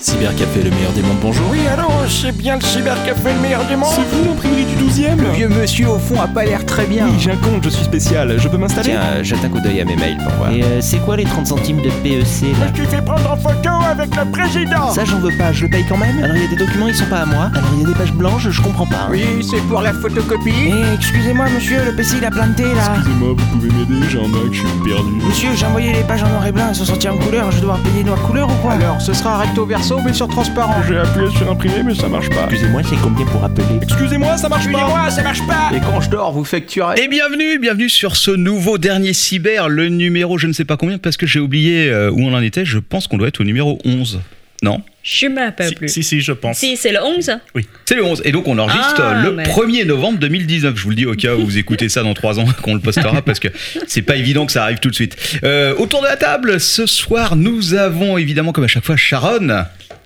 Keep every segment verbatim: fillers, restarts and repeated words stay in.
Cybercafé, le meilleur des mondes, bonjour. Oui, allô, c'est bien le Cybercafé, le meilleur des mondes. C'est vous l'imprimerie du douzième? Le vieux monsieur au fond a pas l'air très bien. Oui, j'ai un compte, je suis spécial, je peux m'installer? Tiens, euh, jette un coup d'œil à mes mails pour voir. Et euh, c'est quoi les trente centimes de P E C là? Je t'ai fait prendre en photo avec le président. Ça j'en veux pas, je le paye quand même. Alors il y a des documents, ils sont pas à moi. Alors il y a des pages blanches, je comprends pas. Oui, c'est pour la photocopie. Eh, excusez-moi monsieur, le P C il a planté là. Excusez-moi, vous pouvez m'aider, j'ai un Mac, je suis perdu. Monsieur, j'ai envoyé les pages en noir et blanc, elles sont sorties en couleur, je vais devoir payer noir couleur ou quoi? Alors, ce sera recto verso mais sur transparent. J'ai appuyé sur imprimer, mais ça marche pas. Excusez-moi, c'est combien pour appeler? Excusez-moi, ça marche pas. Excusez-moi, ça marche pas. Et quand je dors, vous facturez. Et bienvenue, bienvenue sur ce nouveau dernier cyber, le numéro je ne sais pas combien, parce que j'ai oublié euh, où on en était, je pense qu'on doit être au numéro onze. Non? Je me rappelle Si, plus. si, si, je pense. Si, c'est le onze. C'est le onze, et donc on enregistre Ah, le mais- premier novembre deux mille dix-neuf. Je vous le dis au cas où vous écoutez ça dans trois ans qu'on le postera, parce que c'est pas évident que ça arrive tout de suite. Euh, autour de la table, ce soir, nous avons évidemment, comme à chaque fois, Sharon.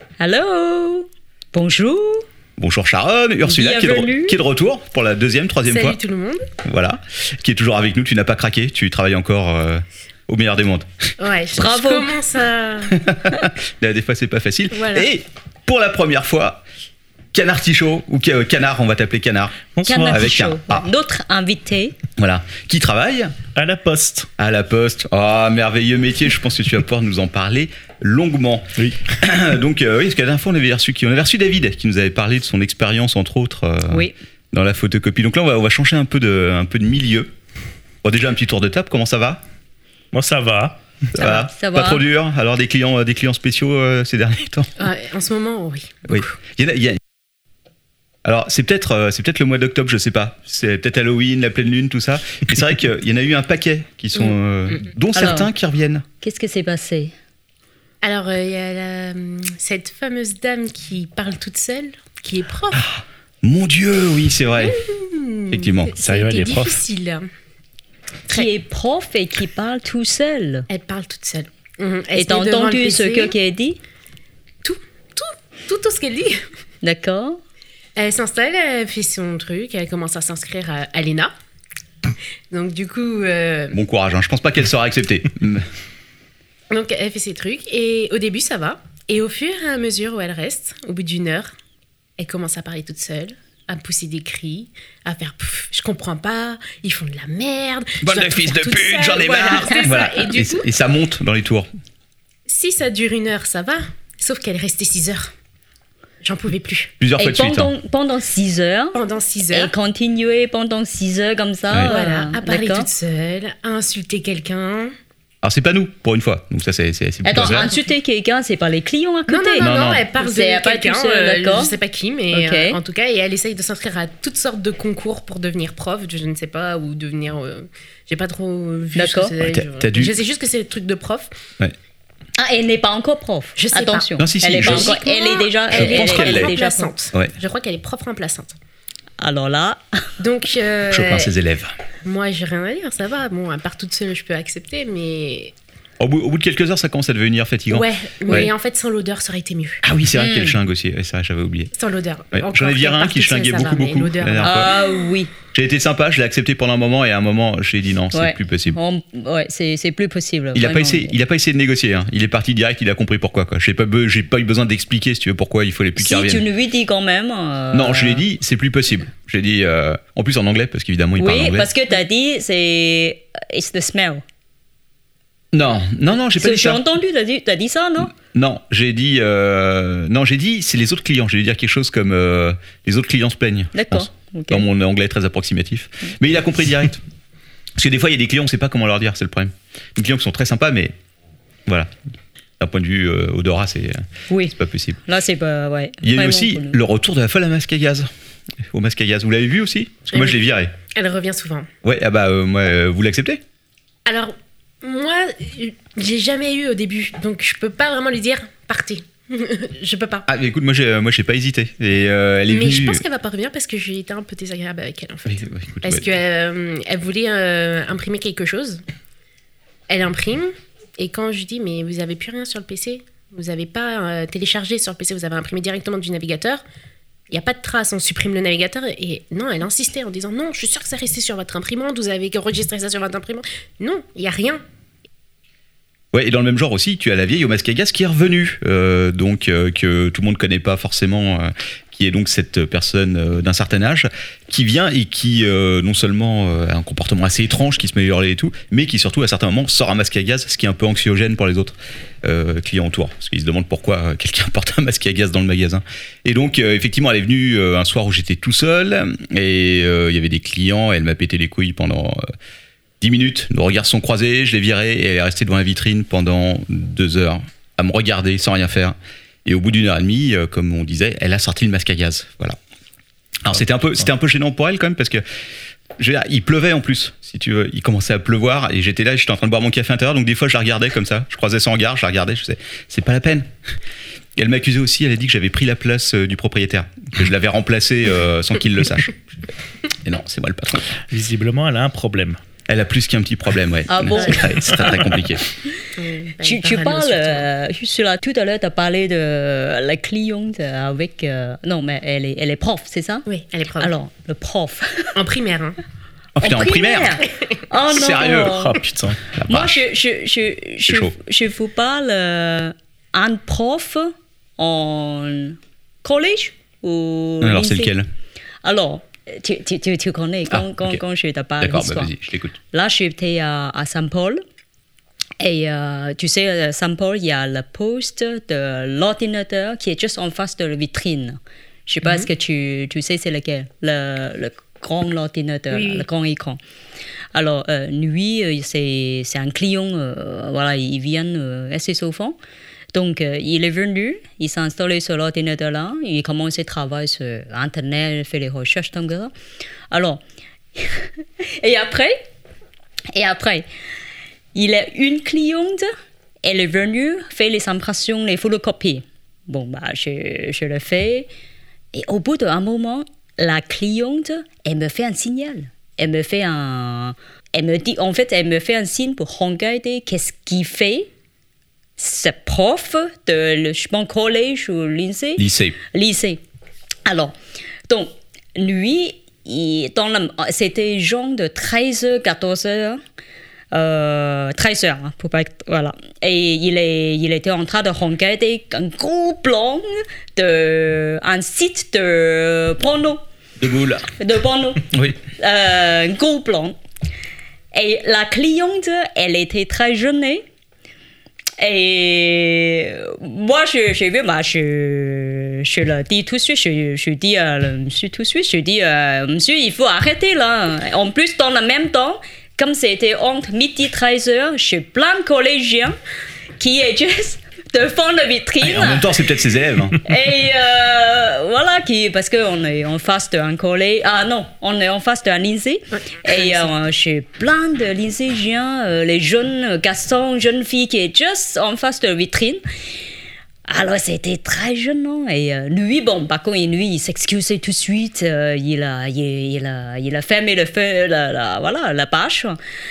Allô? Bonjour. Bonjour Sharon, Ursula qui est, de, Bienvenue. qui est de retour pour la deuxième, troisième Salut fois. tout le monde. Voilà, qui est toujours avec nous, tu n'as pas craqué, tu travailles encore euh, au meilleur des mondes. Ouais, je, Bravo. je commence à... Là, des fois, c'est pas facile. Voilà. Et pour la première fois, Canard Tichot, ou Ca- Canard, on va t'appeler Canard. Bonsoir. Canard Avec Show. un A. Notre invité. Voilà, qui travaille À la poste. à la Poste. Ah, merveilleux métier, je pense que tu vas pouvoir nous en parler longuement. Oui. Donc, euh, oui, parce que la dernière fois, on avait reçu qui On avait reçu David, qui nous avait parlé de son expérience, entre autres, euh, Oui. dans la photocopie. Donc là, on va, on va changer un peu de, un peu de milieu. Bon, déjà, un petit tour de table, comment ça va? Moi, ça va. Ça va, ça Pas va. trop dur? Alors, des clients, euh, des clients spéciaux euh, ces derniers temps? Ouais, en ce moment, oui. Oui. Il y en a- il y a- Alors, c'est peut-être euh, c'est peut-être le mois d'octobre, je sais pas. C'est peut-être Halloween, la pleine lune, tout ça. Mais c'est vrai qu'il y en a eu un paquet qui sont, euh, dont Alors. certains qui reviennent. Qu'est-ce qui s'est passé? Alors, euh, il y a la- cette fameuse dame qui parle toute seule, qui est prof. Mon Dieu, oui, c'est vrai. Effectivement. Ça a arrive à été des profs. difficile. Très. Qui est prof et qui parle tout seul. Elle parle toute seule. Mhm. Elle Et se t'as met devant le entendu P ce C. que qu'elle dit? Tout, tout, tout, tout ce qu'elle dit. D'accord. Elle s'installe, elle fait son truc, elle commence à s'inscrire à, à l'E N A. Donc, du coup... euh, Bon courage, hein. Je pense pas qu'elle sera acceptée. Donc, elle fait ses trucs. Et au début, ça va. Et au fur et à mesure où elle reste, au bout d'une heure, elle commence à parler toute seule, à pousser des cris, à faire pff, je comprends pas, ils font de la merde. je Bande dois de tout fils faire de toute pute, seule. j'en ai Voilà, marre. c'est ça. Voilà. Et du Et, coup, et ça monte dans les tours. si ça dure une heure, ça va. Sauf qu'elle est restée six heures. J'en pouvais plus. Plusieurs fois Et de suite. hein. pendant, pendant six heures, Pendant six elle heures. continuait pendant six heures comme ça. Ouais. Voilà, euh, à parler d'accord. toute seule, à insulter quelqu'un. Alors, c'est pas nous, pour une fois. Donc, ça, c'est c'est- c'est plutôt Attends, ça. insulter quelqu'un, c'est pas les clients à Non, côté. non, non, Non, non, non. elle parle de C'est pas quelqu'un, tout seul, euh, d'accord. je sais pas qui, mais Ok. euh, en tout cas, et elle essaye de s'inscrire à toutes sortes de concours pour devenir prof, je ne sais pas, ou devenir... euh, j'ai pas trop vu ce que D'accord. c'est. Ouais, t'as- je, t'as dû- je sais juste que c'est le truc de prof. Ah, elle n'est pas encore prof. Je sais Attention. pas. Non, si, si, elle est je- pas encore. Elle est déjà. Elle, pense est, qu'elle elle l'est. est déjà remplaçante. Ouais. Je crois qu'elle est prof remplaçante. Alors là, Donc, euh, Chopin, ses élèves. moi, j'ai rien à dire, ça va. Bon, à part toute seule, je peux accepter, mais... Au bout, au bout de quelques heures, ça commence à devenir fatigant. Ouais, mais Ouais. en fait, sans l'odeur, ça aurait été mieux. Ah oui, c'est vrai Mm. qu'elle chingue aussi. Ouais, ça, j'avais oublié. Sans l'odeur. Ouais, Encore j'en ai vu qu'elle un part qui toute seule, chinguait ça beaucoup, va, mais beaucoup, l'odeur, la dernière fois. ah oui. J'ai été sympa, je l'ai accepté pendant un moment, et à un moment, j'ai dit non, c'est Ouais. plus possible. On- ouais, c'est c'est plus possible. Il a, pas vraiment. essayé, il a pas essayé de négocier. Hein. Il est parti direct, il a compris pourquoi. Quoi. J'ai pas, be- j'ai pas eu besoin d'expliquer, si tu veux, pourquoi il fallait plus Si qu'il tu revienne. lui dis quand même. euh, Non, je lui ai dit, c'est plus possible. J'ai dit, euh, en plus en anglais, parce qu'évidemment, il parle Oui, anglais. parce que t'as dit, c'est. It's the smell. Non, non, non, j'ai pas dit J'ai ça. entendu, t'as dit, t'as dit ça, non? Non, j'ai dit, euh, non, j'ai dit, c'est les autres clients. J'ai dû dire quelque chose comme euh, les autres clients se plaignent. je D'accord. pense. ok. Dans mon anglais très approximatif. Mais il a compris direct. Parce que des fois, il y a des clients, on ne sait pas comment leur dire, c'est le problème. Des clients qui sont très sympas, mais voilà. D'un point de vue euh, odorat, c'est Oui, c'est pas possible. là, c'est pas. Ouais. Il y a eu vraiment aussi pour nous. le retour de la folle à masque à gaz. Au masque à gaz. Vous l'avez vu aussi? Parce que moi, Oui. je l'ai viré. Elle revient souvent. Ouais, ah bah, euh, moi, euh, vous l'acceptez? Alors, moi, j'ai jamais eu au début, donc je peux pas vraiment lui dire partez. Je peux pas. Ah, mais écoute, moi, j'ai, euh, moi, j'ai pas hésité. Et euh, elle est Mais venue. je pense qu'elle va pas revenir parce que j'ai été un peu désagréable avec elle en fait. Oui, ouais, écoute, Parce ouais. qu'elle elle voulait euh, imprimer quelque chose. Elle imprime. Et quand je lui dis, mais vous avez plus rien sur le P C, vous avez pas euh, téléchargé sur le P C, vous avez imprimé directement du navigateur, il n'y a pas de trace, on supprime le navigateur. Et non, elle insistait en disant, non, je suis sûre que c'est resté sur votre imprimante, vous avez enregistré ça sur votre imprimante. Non, il n'y a rien. Ouais, et dans le même genre aussi, tu as la vieille au masque à gaz qui est revenue, euh, donc euh, que tout le monde connaît pas forcément, euh, qui est donc cette personne euh, d'un certain âge qui vient et qui euh, non seulement euh, a un comportement assez étrange, qui se met à hurler et tout, mais qui surtout à certains moments sort un masque à gaz, ce qui est un peu anxiogène pour les autres euh, clients autour, parce qu'ils se demandent pourquoi euh, quelqu'un porte un masque à gaz dans le magasin. Et donc euh, effectivement, elle est venue euh, un soir où j'étais tout seul et euh, il y avait des clients, et elle m'a pété les couilles pendant euh, dix minutes, nos regards sont croisés, je l'ai virée et elle est restée devant la vitrine pendant deux heures à me regarder sans rien faire. Et au bout d'une heure et demie, euh, comme on disait, elle a sorti le masque à gaz. Voilà. Alors c'était un peu, c'était un peu gênant pour elle quand même parce que je veux dire, il pleuvait en plus, si tu veux. Il commençait à pleuvoir et j'étais là, j'étais en train de boire mon café intérieur, donc des fois je la regardais comme ça, je croisais son regard, je la regardais, je disais c'est pas la peine. Et elle m'accusait aussi, elle a dit que j'avais pris la place euh, du propriétaire, que je l'avais remplacé euh, sans qu'il le sache. Et non, c'est moi le patron. Visiblement, elle a un problème. Elle a plus qu'un petit problème, ouais. Ah bon? C'est très, c'est très, très compliqué. Tu, tu parles, euh, juste là, tout à l'heure, tu as parlé de la cliente avec. Euh, non, mais elle est, elle est prof, c'est ça? Oui, elle est prof. Alors, le prof. En primaire, hein. Oh putain, en primaire, Oh non. Sérieux? Oh putain. Moi, je, je, je, je, chaud. je vous parle euh, un prof en collège ou Alors c'est lycée? lequel? Alors, tu, tu, tu, tu connais, quand, Ah, quand, ok. quand je te parle D'accord, bah d'histoire. vas-y, je t'écoute. Là, j'étais à, à Saint-Paul. Et euh, tu sais, à Saint-Paul, il y a le poste de l'ordinateur qui est juste en face de la vitrine. Je ne sais pas, Mhm. est-ce que tu, tu sais c'est lequel? Le, le grand ordinateur, Oui, oui. le grand écran. Alors, euh, lui, euh, c'est, c'est un client, euh, voilà, il vient euh, assez souvent. Donc, euh, il est venu, il s'est installé sur l'ordinateur-là, il commence à travailler sur Internet, fait les recherches, comme ça. Alors, et après, et après, il a une cliente, elle est venue faire les impressions, les photocopies. Bon, bah, je, je le fais. Et au bout d'un moment, la cliente, elle me fait un signal. Elle me fait un... Elle me dit, en fait, elle me fait un signe pour regarder qu'est-ce qu'il fait, ce prof de, le, je pense, collège ou lycée. Lycée. Lycée. Alors, donc, lui, il, dans la, c'était genre de treize heures, quatorze heures. Euh, treize heures, hein, pour pas être, voilà. Et il, est, il était en train de regarder un gros plan de un site de porno. De boule. De porno. Oui. Euh, un gros plan. Et la cliente, elle était très gênée. Et moi, je, j'ai vu, bah, je, je le dis tout de suite, je, je dis à le monsieur tout de suite, je dis, euh, monsieur, il faut arrêter là. En plus, dans le même temps, comme c'était entre midi et treize heures, j'ai plein de collégiens qui est juste devant la vitrine. Et en même temps, c'est peut-être ses élèves. Hein. Et euh, voilà, qui, parce qu'on est en face d'un collège. Ah non, on est en face d'un lycée. Et euh, j'ai plein de lycéens, euh, les jeunes garçons, jeunes filles qui est juste en face de la vitrine. Alors c'était très gênant. Et euh, lui, bon, par contre, lui, il s'excusait tout de suite. Euh, il, a, il, il, a, il a fermé le feu, la, la, voilà, la page.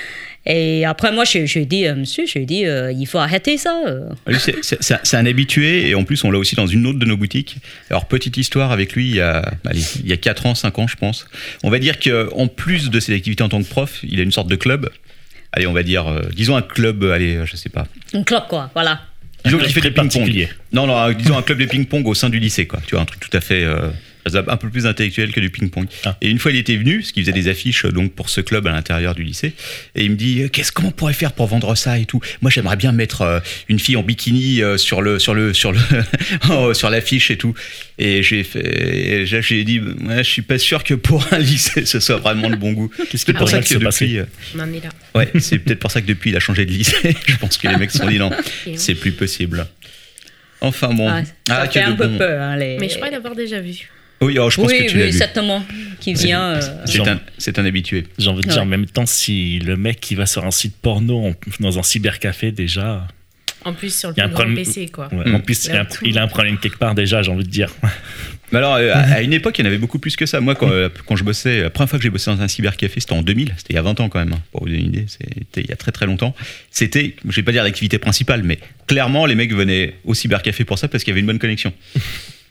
Et après, moi, je, je dis, euh, monsieur, je dis, euh, il faut arrêter ça. Lui, c'est, c'est, c'est un habitué, et en plus, on l'a aussi dans une autre de nos boutiques. Alors, petite histoire avec lui, il y a, allez, il y a quatre ans, cinq ans, je pense. On va dire qu'en plus de ses activités en tant que prof, il a une sorte de club. Allez, on va dire, euh, disons un club, allez, je sais pas. Un club, quoi, voilà. Disons Un qu'il fait club du ping-pong. particulier. Non, non, disons un club de ping-pong au sein du lycée, quoi. Tu vois, un truc tout à fait... Euh, un peu plus intellectuel que du ping-pong. Ah. Et une fois, il était venu, parce qu'il faisait des affiches donc pour ce club à l'intérieur du lycée, et il me dit qu'est-ce comment on pourrait faire pour vendre ça et tout. Moi, j'aimerais bien mettre euh, une fille en bikini euh, sur le sur le sur le oh, sur l'affiche et tout. Et j'ai fait, et j'ai dit, ouais, je suis pas sûr que pour un lycée, ce soit vraiment le bon goût. Qu'est-ce qui C'est pour ça pourrait que se passer? depuis, euh, On en est là. ouais, c'est peut-être pour ça que depuis, il a changé de lycée. Je pense que les mecs se sont dit non, Et c'est plus possible. Enfin bon, Ah, ça ah, fait que un de peu bon. peur. Hein, les... Mais je crois l'avoir déjà vu. Oui, alors, je pense oui, que tu l'as oui, vu. certainement. Qui vient. euh, C'est Genre- un, c'est un habitué. J'ai envie de dire, Ouais. en même temps, si le mec qui va sur un site porno en- dans un cybercafé, déjà. En plus, sur le Il y a un plus grand problème- P C, quoi. Ouais, Mm. En plus, il a, un, il a un problème quelque part, déjà, j'ai envie de dire. Mais alors, euh, à, à une époque, il y en avait beaucoup plus que ça. Moi, quand, euh, quand je bossais, la première fois que j'ai bossé dans un cybercafé, c'était en deux mille. C'était il y a vingt ans quand même, hein, pour vous donner une idée. C'était il y a très très longtemps. C'était, je vais pas dire l'activité principale, mais clairement, les mecs venaient au cybercafé pour ça parce qu'il y avait une bonne connexion.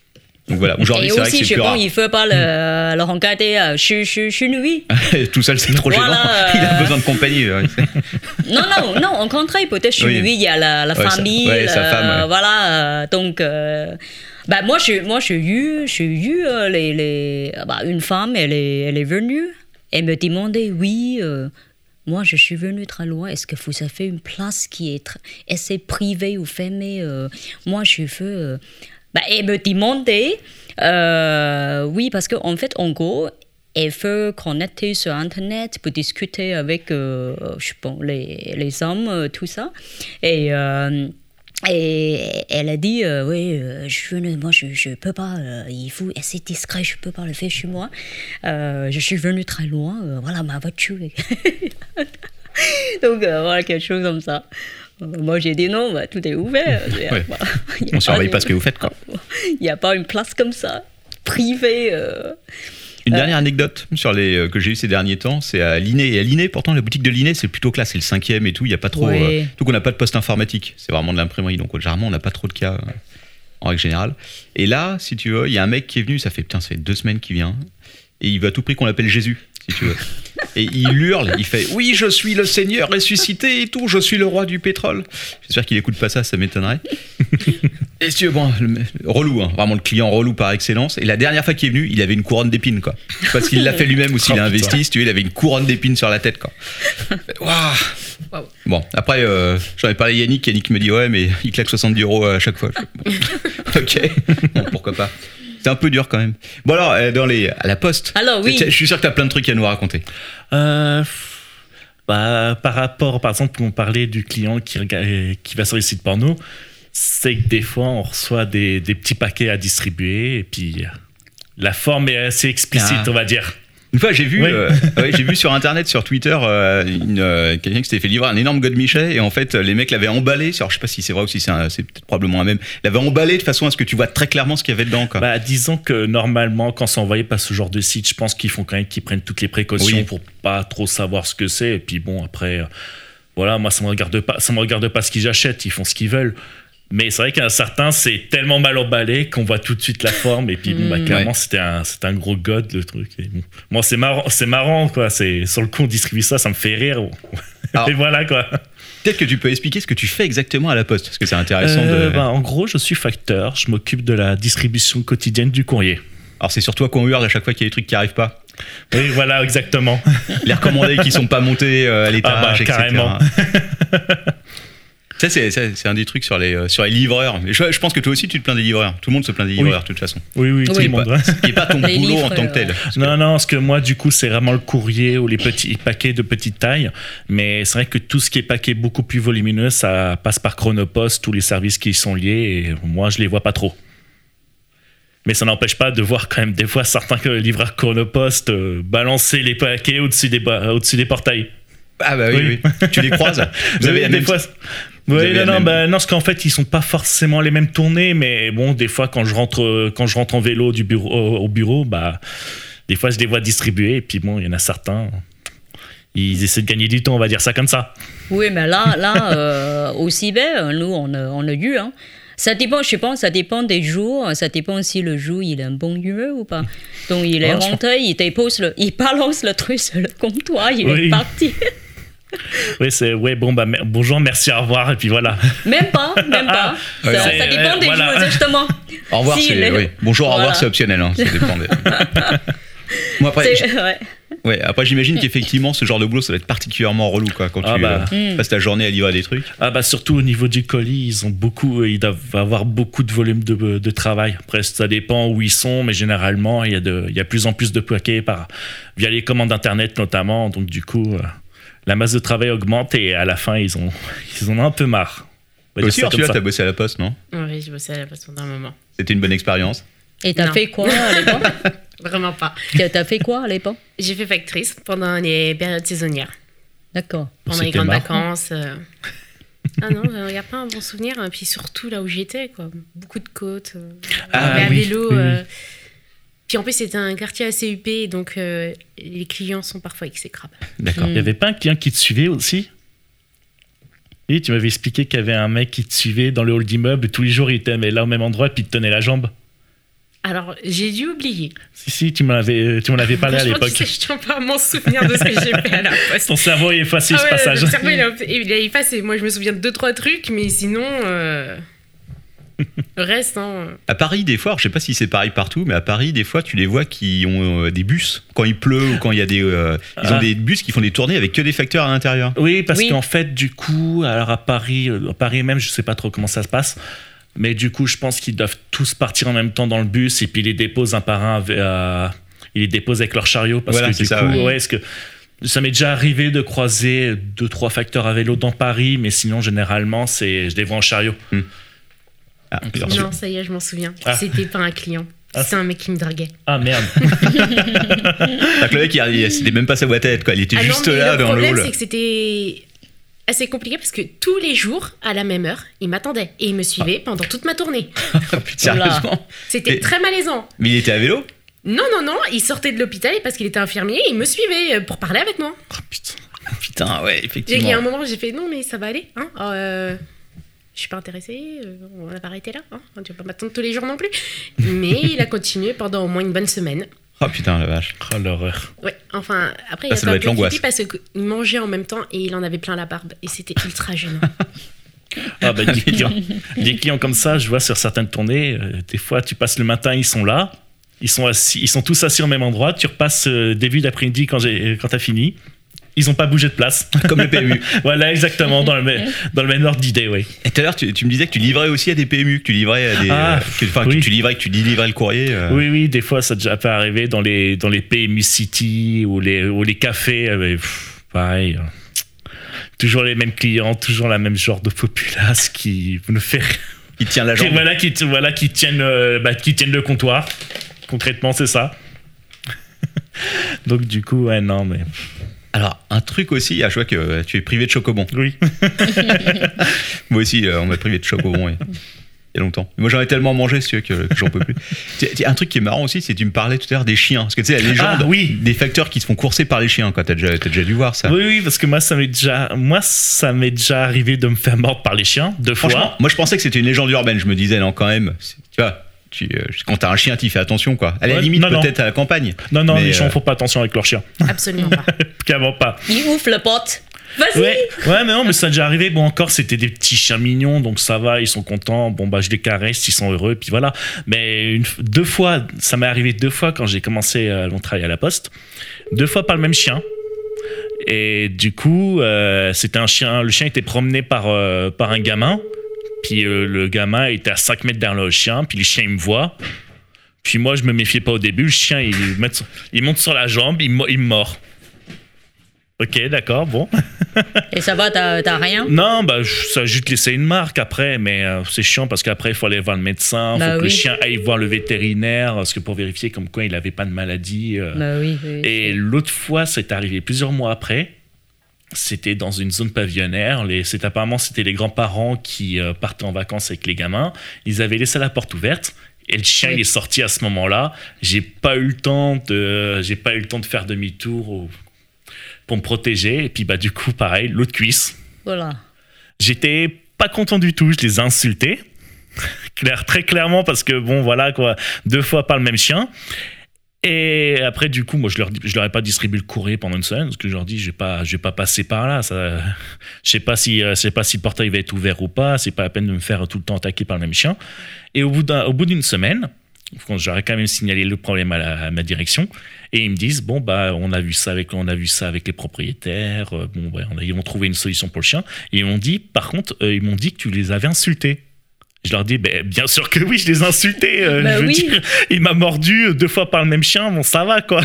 Donc voilà, aujourd'hui, Et c'est vrai que aussi, c'est je plus pense rare. il faut pas le, le regarder euh, chez, chez, chez lui. Tout seul, c'est trop Voilà, gênant. euh, Il a besoin de compagnie. ouais. Non, non, non, au contraire, peut-être chez Oui. lui, il y a la, la Ouais, sa- famille. ouais, sa le- femme, ouais. Voilà, euh, donc. Euh, bah, moi, j'ai moi, j'ai eu, j'ai eu euh, les, les, bah, une femme, elle est, elle est venue. Elle me demandait, oui, euh, moi, je suis venue très loin. Est-ce que vous avez une place qui est tr- assez privée ou fermée euh, Moi, je veux. Euh, bah, elle me demandait, euh, oui, parce qu'en en fait, en gros, elle veut connecter sur Internet pour discuter avec euh, je sais pas, les, les hommes, euh, tout ça. Et. Euh, Et elle a dit, euh, oui, euh, je, ne- moi je ne peux pas, euh, il faut essayer discret, je ne peux pas le faire chez moi. Euh, je suis venue très loin, euh, voilà ma voiture. Donc euh, voilà, quelque chose comme ça. Euh, moi j'ai dit non, bah, tout est ouvert. Ouais. Bah, il y a On surveille de- pas ce que vous faites, quoi. Il n'y a pas une place comme ça, privée. Euh, Une Euh. dernière anecdote sur les, euh, que j'ai eu ces derniers temps, c'est à Linné. Et à Linné, pourtant, la boutique de Linné, c'est plutôt classe, c'est le cinquième et tout. Il n'y a pas trop. Ouais. euh, tout qu'on n'a pas de poste informatique. C'est vraiment de l'imprimerie. Donc, généralement, on n'a pas trop de cas euh, en règle générale. Et là, si tu veux, il y a un mec qui est venu, ça fait, putain, ça fait deux semaines qu'il vient. Et il veut à tout prix qu'on l'appelle Jésus, si tu veux. Et il hurle, il fait oui, je suis le Seigneur ressuscité et tout, je suis le roi du pétrole. J'espère qu'il écoute pas ça, ça m'étonnerait. Et si tu veux, bon, le, relou, hein, vraiment le client relou par excellence. Et la dernière fois qu'il est venu, il avait une couronne d'épines, quoi. Parce qu'il l'a fait lui-même ou s'il Oh, a putain. investi, si tu veux, il avait une couronne d'épines sur la tête, quoi. Waouh. Waouh. Bon, après, euh, j'en ai parlé à Yannick. Yannick me dit ouais, mais il claque soixante-dix euros à chaque fois. Je fais, bon, ok, bon, pourquoi pas. C'est un peu dur quand même. Bon alors, euh, dans les, à la poste, Alors, oui. je suis sûr que tu as plein de trucs à nous raconter. Euh, bah, par rapport, par exemple, on parlait du client qui, regarde- qui va sur les sites porno, c'est que des fois, on reçoit des, des petits paquets à distribuer et puis la forme est assez explicite, Ah. on va dire. Une fois, j'ai vu, Oui. euh, ouais, j'ai vu sur internet, sur Twitter, euh, une, euh, quelqu'un qui s'était fait livrer un énorme godemichet et en fait, les mecs l'avaient emballé. Alors, je sais pas si c'est vrai ou si c'est, un- c'est peut-être probablement un même. L'avaient emballé de façon à ce que tu vois très clairement ce qu'il y avait dedans, quoi. Bah, disons que normalement, quand c'est envoyé par ce genre de site, je pense qu'ils font quand même qu'ils prennent toutes les précautions Oui. pour pas trop savoir ce que c'est. Et puis bon, après, euh, voilà, moi, ça me regarde pas, ça me regarde pas ce qu'ils achètent, ils font ce qu'ils veulent. Mais c'est vrai qu'un certain, c'est tellement mal emballé qu'on voit tout de suite la forme. Et puis, bon, bah, Mm. clairement, Ouais. c'était un, c'était un gros god, le truc. Et bon, moi, c'est marrant, c'est marrant, quoi. C'est, sur le coup, on distribue ça, ça me fait rire. Alors, et voilà, quoi. Peut-être que tu peux expliquer ce que tu fais exactement à la poste, parce que c'est intéressant Euh, de. bah, en gros, je suis facteur. Je m'occupe de la distribution quotidienne du courrier. Alors, c'est sur toi qu'on hurle à chaque fois qu'il y a des trucs qui arrivent pas. Oui, voilà, exactement. Les recommandés qui sont pas montés euh, à l'étage, Ah bah, et cetera. carrément. Ça, c'est, ça, c'est un des trucs sur les, euh, sur les livreurs. Mais Je, je pense que toi aussi, tu te plains des livreurs. Tout le monde se plaint des livreurs, de toute façon. Oui, oui, tout Oui. le monde. ouais. Ce qui n'est pas ton Les boulot en livres, tant que tel. euh, Parce que- Non, non, parce que moi, du coup, c'est vraiment le courrier ou les petits paquets de petite taille. Mais c'est vrai que tout ce qui est paquet beaucoup plus volumineux, ça passe par Chronopost, tous les services qui y sont liés. Et moi, je les vois pas trop. Mais ça n'empêche pas de voir quand même des fois certains livreurs Chronopost euh, balancer les paquets au-dessus des, ba- au-dessus des portails. Ah bah oui, oui. Oui. Tu les croises. Vous avez Oui, la des même. fois. Vous avez Oui, la non, non, même- bah, non, parce qu'en fait, ils sont pas forcément les mêmes tournées, mais bon, des fois, quand je rentre, euh, quand je rentre en vélo du bureau, au, au bureau, bah, des fois, je les vois distribuer, et puis bon, il y en a certains, ils essaient de gagner du temps, on va dire ça comme ça. Oui, mais là, là euh, au cyber, nous, on a, on a eu. Hein. Ça dépend, je pense, ça dépend des jours. Ça dépend si le jour, il est en bon humeur ou pas. Donc, il est Ah, je rentré, il dépose le, il balance le truc sur le comptoir, il Oui. est parti. Oui, c'est, ouais, bon, bah, mer- bonjour, merci, au revoir, et puis voilà. Même pas, même pas. Ça, Ouais, ça c'est- dépend euh, des voilà. jours, justement. Au revoir, Si, c'est. les- Oui. Bonjour, au revoir, Voilà. c'est optionnel. Hein. Ça dépend des- Moi, après, C'est- ouais. ouais, après, j'imagine qu'effectivement, ce genre de boulot, ça doit être particulièrement relou, quoi, quand Ah tu bah. euh, Mm. passes ta journée à livrer des trucs. Ah, bah, surtout au niveau du colis, ils ont beaucoup, ils doivent avoir beaucoup de volume de, de travail. Après, ça dépend où ils sont, mais généralement, il y a de, il y a plus en plus de paquets par, via les commandes internet notamment, donc du coup, euh, la masse de travail augmente et à la fin, ils, ont, ils en ont un peu marre. On va Toi dire aussi, ça comme Ursula, ça. t'as bossé à la poste, non? Oui, je bossais à la poste pendant un moment. C'était une bonne expérience. Et t'as Non. fait quoi à l'époque? Vraiment pas. T'as t'as fait quoi à l'époque? J'ai fait factrice pendant les périodes saisonnières. D'accord. Pendant les C'était grandes marrant. vacances. euh. Ah non, il n'y a pas un bon souvenir. Et puis surtout là où j'étais, quoi. Beaucoup de côtes. euh, Ah à oui, vélo. oui, euh. oui. Puis en plus, c'était un quartier assez huppé, donc euh, les clients sont parfois exécrables. D'accord. Mm. Il n'y avait pas un client qui te suivait aussi? Oui, tu m'avais expliqué qu'il y avait un mec qui te suivait dans le hall d'immeuble, tous les jours il était là au même endroit et puis il te tenait la jambe. Alors, j'ai dû oublier. Si, si, tu m'en avais, tu m'en avais parlé à Franchement, l'époque. tu sais, je tiens pas à m'en souvenir de ce que j'ai fait à la poste. Ton cerveau est effacé Ah ce ouais, passage. le cerveau, il a, il a effacé. Moi, je me souviens de deux, trois trucs, mais sinon, euh, le reste, hein. À Paris, des fois, alors, je sais pas si c'est pareil partout, mais à Paris, des fois, tu les vois qui ont euh, des bus quand il pleut ou quand il y a des, euh, ils ont Ah. des bus qui font des tournées avec que des facteurs à l'intérieur. Oui, parce Oui. qu'en fait, du coup, alors à Paris, euh, à Paris même, je sais pas trop comment ça se passe, mais du coup, je pense qu'ils doivent tous partir en même temps dans le bus et puis ils les déposent un par un, avec- euh, ils les déposent avec leur chariot parce Voilà, que c'est du ça, coup, ouais. ouais, est-ce que ça m'est déjà arrivé de croiser deux trois facteurs à vélo dans Paris, mais sinon généralement, c'est je les vois en chariot. Ah, alors, Non, ça y est, je m'en souviens. Ah. C'était pas un client. Ah. C'était un mec qui me draguait. Ah merde. c'est-à-dire que le mec, il- c'était même pas sa boîte à tête, quoi. Il était Ah non, juste mais là le dans le problème, hall. c'est que c'était assez compliqué parce que tous les jours, à la même heure, il m'attendait et il me suivait pendant toute ma tournée. Sérieusement. C'était Et- très malaisant. Mais il était à vélo. Non, non, non, il sortait de l'hôpital parce qu'il était infirmier et il me suivait euh, pour parler avec moi. Oh, putain. Putain, ouais, Et il effectivement. y a un moment, j'ai fait non, mais ça va aller. Hein euh, je suis pas intéressée, euh, on va arrêter là. Hein tu vas pas m'attendre tous les jours non plus. Mais il a continué pendant au moins une bonne semaine. Oh putain, la vache. Oh l'horreur. Ouais, enfin, après, Ça, il ça a doit pas être l'angoisse. creepy parce qu'il mangeait en même temps et il en avait plein la barbe. Et c'était ultra gênant. Ah bah, des, clients, des clients comme ça, je vois sur certaines tournées, euh, des fois tu passes le matin, ils sont là, ils sont, assis, ils sont tous assis au même endroit, tu repasses euh, début d'après-midi quand, j'ai, quand t'as fini, ils ont pas bougé de place. Comme le P M U. Voilà, exactement, dans le, même- dans le même ordre d'idée, oui. Et tout à l'heure, tu, tu me disais que tu livrais aussi à des P M U, que tu livrais à des. Ah, euh, que, enfin, oui. que tu livrais, que tu délivrais le courrier. euh. Oui, oui, des fois ça a déjà fait arriver dans les, dans les P M U City ou les, ou les cafés, euh, mais, pff, pareil. euh, Toujours les mêmes clients, toujours la même genre de populace qui nous fait rire. Il tient la Qui, jambe. voilà, qui, voilà, qui, tiennent, euh, bah, qui tiennent le comptoir. Concrètement, c'est ça. Donc, du coup, ouais, non, mais. Alors, un truc aussi, ah, je vois que euh, tu es privé de chocobon. Oui. Moi aussi, euh, on m'a privé de chocobon il y a longtemps. Moi, j'en ai tellement mangé, si tu veux, que, que j'en peux plus. Tu- tu- Un truc qui est marrant aussi, c'est que tu me parlais tout à l'heure des chiens. Parce que tu sais, la légende Ah, oui. des facteurs qui se font courser par les chiens, quoi. T'as déjà, t'as déjà dû voir ça. Oui, oui, parce que moi, ça m'est déjà, moi, ça m'est déjà arrivé de me faire mordre par les chiens, deux Franchement, fois. moi, je pensais que c'était une légende urbaine. Je me disais, non, quand même, c'est- tu vois. Tu, euh, quand t'as un chien, tu fais attention, quoi. À la Ouais, limite, non, non. peut-être à la campagne. Non, non, Mais, les chiens euh, font pas attention avec leurs chiens. Absolument pas. Clairement pas. Il ouvre le pote. Vas-y. Ouais, ouais, mais non, mais ça a déjà arrivé. Bon, encore, c'était des petits chiens mignons, donc ça va, ils sont contents. Bon, bah, je les caresse, ils sont heureux, puis voilà. Mais une, f- deux fois, ça m'est arrivé deux fois quand j'ai commencé à mon travail à la poste. Deux fois par le même chien. Et du coup, euh, c'était un chien, le chien était promené par, euh, par un gamin. Puis euh, le gamin était à cinq mètres derrière le chien, puis le chien, il me voit. Puis moi, je me méfiais pas au début. Le chien, il, met sur- il monte sur la jambe, il, mo- il me mord. Ok, d'accord, bon. Et ça va, t'as t'as rien? Non, bah, je- ça a juste laissé une marque après, mais euh, c'est chiant parce qu'après, il faut aller voir le médecin, il Bah faut que oui. le chien aille voir le vétérinaire, parce que pour vérifier comme quoi il n'avait pas de maladie. euh. Bah oui. oui. Et l'autre fois, c'est arrivé plusieurs mois après. C'était dans une zone pavillonnaire. Les, c'est, apparemment, c'était les grands-parents qui euh, partaient en vacances avec les gamins. Ils avaient laissé la porte ouverte. Et le chien, Oui. il est sorti à ce moment-là. J'ai pas eu le temps de, j'ai pas eu le temps de faire demi-tour ou- pour me protéger. Et puis, bah, du coup, pareil, l'autre cuisse. Voilà. J'étais pas content du tout, je les ai insultés. Claire, très clairement, parce que bon, voilà quoi, deux fois par le même chien. Et après, du coup, moi, je leur, dis- je leur ai pas distribué le courrier pendant une semaine, parce que je leur dis, je vais pas, je vais pas passer par là. Ça, je sais pas si, euh, je sais pas si le portail va être ouvert ou pas. C'est pas la peine de me faire tout le temps attaquer par le même chien. Et au bout d'un, au bout d'une semaine, quand j'aurais quand même signalé le problème à, la- à ma direction, et ils me disent, bon, bah, on a vu ça avec, on a vu ça avec les propriétaires. euh, Bon, ouais, on a, ils ont trouvé une solution pour le chien. Et ils m'ont dit, par contre, euh, ils m'ont dit que tu les avais insultés. Je leur dis, ben, bien sûr que oui, je les ai insultés. euh, Bah je veux oui. dire, il m'a mordu deux fois par le même chien, bon, ça va, quoi.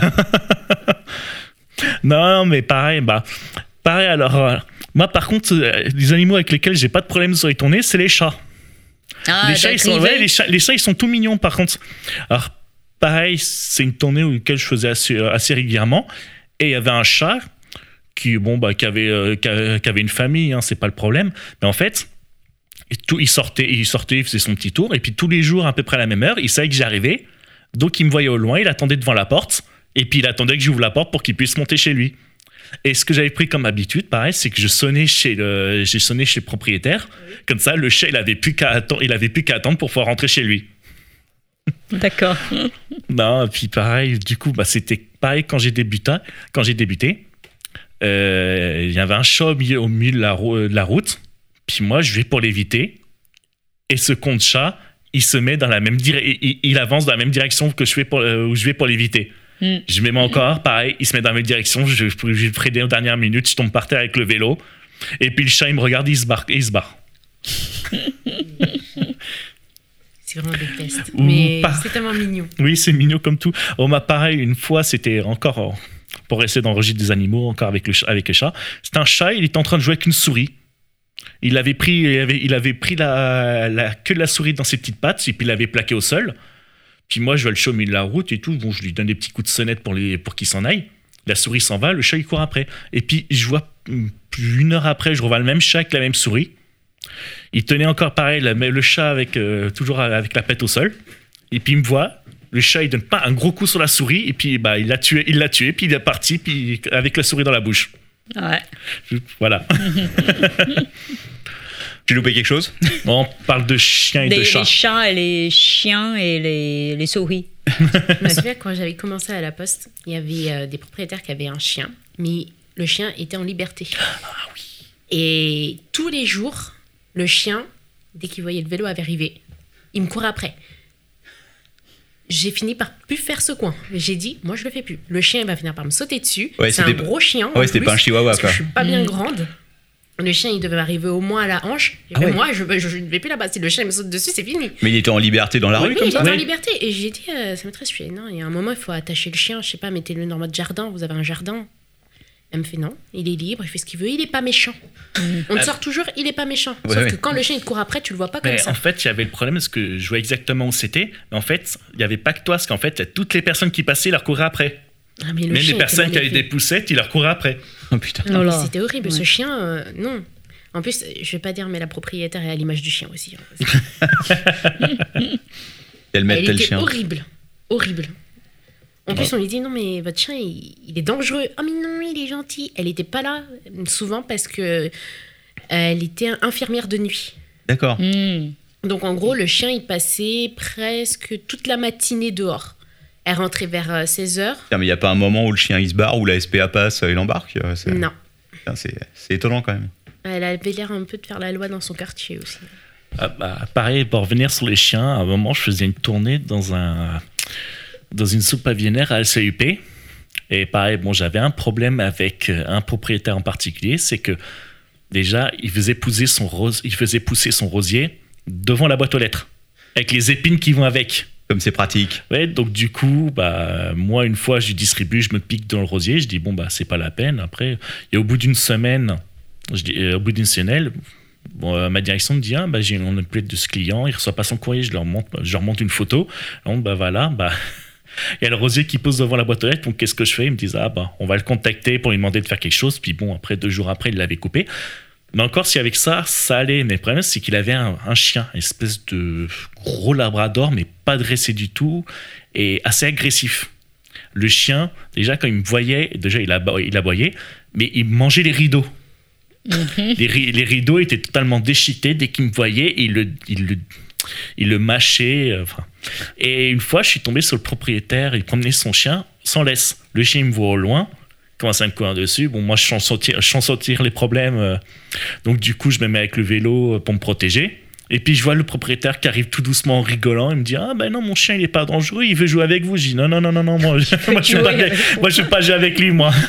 Non, mais pareil, bah, pareil, alors, euh, moi, par contre, euh, les animaux avec lesquels j'ai pas de problème sur les tournées, c'est les chats. Ah, les, chats, t'as ils sont, crivé? ouais, les, chats, les chats, ils sont tout mignons, par contre. Alors, pareil, c'est une tournée où laquelle je faisais assez, euh, assez régulièrement, et il y avait un chat qui, bon, bah, qui avait, euh, qui avait, qui avait une famille, hein, c'est pas le problème, mais en fait, et tout, il sortait, il sortait, il faisait son petit tour, et puis tous les jours, à peu près à la même heure, il savait que j'arrivais, donc il me voyait au loin, il attendait devant la porte, et puis il attendait que j'ouvre la porte pour qu'il puisse monter chez lui. Et ce que j'avais pris comme habitude, pareil, c'est que je sonnais chez le, j'ai sonné chez le propriétaire, comme ça, le chat, il avait plus qu'à attendre, il avait plus qu'à attendre pour pouvoir rentrer chez lui. D'accord. Non, et puis pareil, du coup, bah, c'était pareil quand j'ai débuté. Quand j'ai débuté, euh, il y avait un chat au milieu, au milieu de, la, de la route. Puis moi, je vais pour l'éviter. Et ce con de chat, il se met dans la même direction. Il, il avance dans la même direction que je vais pour, euh, où je vais pour l'éviter. Mm. Je me mets encore, pareil, il se met dans la même direction. Je, je, je freine aux dernières minutes, je tombe par terre avec le vélo. Et puis le chat, il me regarde, il se barre. Il se barre. C'est vraiment des tests. Mais par... c'est tellement mignon. Oui, c'est mignon comme tout. On m'a pareil, une fois, c'était encore, pour essayer d'enregistrer des animaux, encore avec le, ch- avec le chat. C'était un chat, il était en train de jouer avec une souris. Il avait pris, il avait, il avait pris la, la queue de la souris dans ses petites pattes, et puis il l'avait plaqué au sol. Puis moi, je vois le chat au milieu de la route et tout. Bon, je lui donne des petits coups de sonnette pour, les, pour qu'il s'en aille. La souris s'en va, le chat, il court après. Et puis, je vois, une heure après, je revois le même chat avec la même souris. Il tenait encore pareil, le, le chat avec, euh, toujours avec la tête au sol. Et puis il me voit, le chat il donne pas un gros coup sur la souris, et puis bah, il l'a tué, il l'a tué, puis il est parti, puis avec la souris dans la bouche. Ouais. Je, voilà. J'ai loupé quelque chose? On parle de chiens et les, de chats. Les chats et les chiens et les, les souris. Je me souviens quand j'avais commencé à la poste, il y avait euh, des propriétaires qui avaient un chien, mais le chien était en liberté. Ah oui. Et tous les jours, le chien, dès qu'il voyait le vélo arriver, il me courait après. J'ai fini par plus faire ce coin. J'ai dit, moi je le fais plus. Le chien il va finir par me sauter dessus. Ouais, c'est un c'était... gros chien. Ouais, c'était plus, pas un chihuahua parce quoi. Que je suis pas bien mmh. grande. Le chien il devait arriver au moins à la hanche. Ah ouais. Moi je, je, je ne vais plus là-bas. Si le chien me saute dessus, c'est fini. Mais il était en liberté dans la oui, rue oui, comme il ça? était en Oui. liberté. Et j'ai dit, euh, ça maîtresse, je fais, non, il y a un moment il faut attacher le chien. Je sais pas, mettez-le dans votre jardin. Vous avez un jardin. Elle me fait non, il est libre, il fait ce qu'il veut, il est pas méchant. Mmh. On te sort toujours, il est pas méchant. Ouais, Sauf ouais. que quand le chien il te court après, tu le vois pas comme Mais ça. en fait, il y avait le problème parce que je vois exactement où c'était. Mais en fait, il n'y avait pas que toi, parce qu'en fait, toutes les personnes qui passaient, ils leur couraient après. Ah, mais le Même chien les personnes était qui avaient magnifique. des poussettes, ils leur couraient après. Oh putain. Non, Oh mais là. c'était horrible, ce Ouais. chien, euh, non. En plus, je vais pas dire, mais la propriétaire est à l'image du chien aussi. Hein. Elle met Elle tel était chien. horrible, horrible. En plus, on lui dit, non, mais votre chien, il, il est dangereux. Oh, mais non, il est gentil. Elle était pas là, souvent, parce que euh, elle était infirmière de nuit. D'accord. Mmh. Donc, en gros, le chien, il passait presque toute la matinée dehors. Elle rentrait vers euh, seize heures. Tiens, mais il n'y a pas un moment où le chien il se barre, où la S P A passe, il embarque euh, c'est... Non. Putain, c'est... c'est étonnant quand même. Elle avait l'air un peu de faire la loi dans son quartier aussi. Ah bah, pareil, pour revenir sur les chiens, à un moment, je faisais une tournée dans, un, dans une soupe pavillonnaire à L C U P. Et pareil, bon, j'avais un problème avec un propriétaire en particulier, c'est que déjà, il faisait pousser son, rose, il faisait pousser son rosier devant la boîte aux lettres, avec les épines qui vont avec. Comme c'est pratique. Ouais, donc du coup, bah, moi, une fois, je distribue, je me pique dans le rosier, je dis, bon, bah, c'est pas la peine. Après, et au bout d'une semaine, je dis, euh, au bout d'une semaine, bon, euh, ma direction me dit, ah, bah, j'ai une plainte de ce client, il reçoit pas son courrier, je leur montre, je leur montre une photo. Donc, bah, voilà, bah, il y a le rosier qui pose devant la boîte aux lettres, donc qu'est-ce que je fais? Ils me disent, ah, bah, on va le contacter pour lui demander de faire quelque chose. Puis bon, après, deux jours après, il l'avait coupé. Mais encore, si avec ça, ça allait. Mais le problème, c'est qu'il avait un, un chien, une espèce de gros labrador, mais pas dressé du tout, et assez agressif. Le chien, déjà, quand il me voyait, déjà, il, abo- il aboyait, mais il mangeait les rideaux. Mm-hmm. Les, ri- les rideaux étaient totalement déchiquetés. Dès qu'il me voyait, il le, il le, il le mâchait. euh, Enfin. Et une fois, je suis tombé sur le propriétaire, il promenait son chien sans laisse. Le chien, il me voit au loin, commence à me courir dessus. Bon, moi, je sens sortir, je sens sortir les problèmes. euh, donc, du coup, je me mets avec le vélo euh, pour me protéger. Et puis, je vois le propriétaire qui arrive tout doucement en rigolant. Il me dit, ah ben non, mon chien, il est pas dangereux, il veut jouer avec vous. Je dis, non, non, non, non, non, moi, je, moi, je ne veux, veux pas jouer avec lui, moi.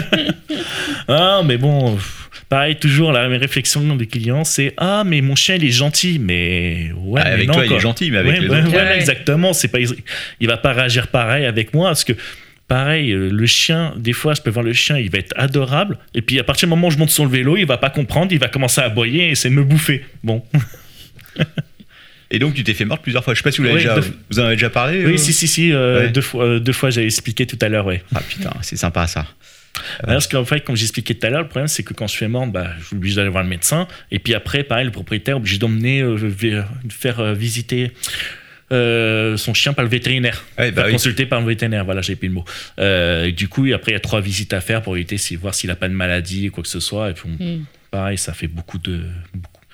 Ah, mais bon, pareil, toujours la même réflexion des clients, c'est, ah, mais mon chien, il est gentil. Mais ouais, Ah, mais avec non, toi, il quoi. est gentil, mais avec Ouais, les ouais, autres. voilà, Ouais. exactement. C'est pas, il va pas réagir pareil avec moi, parce que pareil, le chien, des fois, je peux voir le chien, il va être adorable, et puis à partir du moment où je monte sur le vélo, il va pas comprendre, il va commencer à aboyer et essayer de me bouffer. Bon. Et donc, tu t'es fait mordre plusieurs fois. Je sais pas si vous l'avez Oui, déjà, deux- vous en avez déjà parlé. Oui, euh si, si, si, euh, Ouais. deux fois, euh, deux fois, j'avais expliqué tout à l'heure, ouais. Ah putain, c'est sympa ça. Parce qu'en fait, comme j'expliquais tout à l'heure, le problème, c'est que quand je fais mordre, bah, je suis obligé d'aller voir le médecin, et puis après, pareil, le propriétaire est obligé d'emmener, euh, v- faire euh, visiter euh, son chien par le vétérinaire. Ouais, bah Faire oui. consulter par le vétérinaire, voilà, j'ai plus le mot. Euh, et du coup, après, il y a trois visites à faire pour éviter, si, voir s'il n'a pas de maladie ou quoi que ce soit. Et puis, on- Mm. pareil, ça fait beaucoup de. Beaucoup.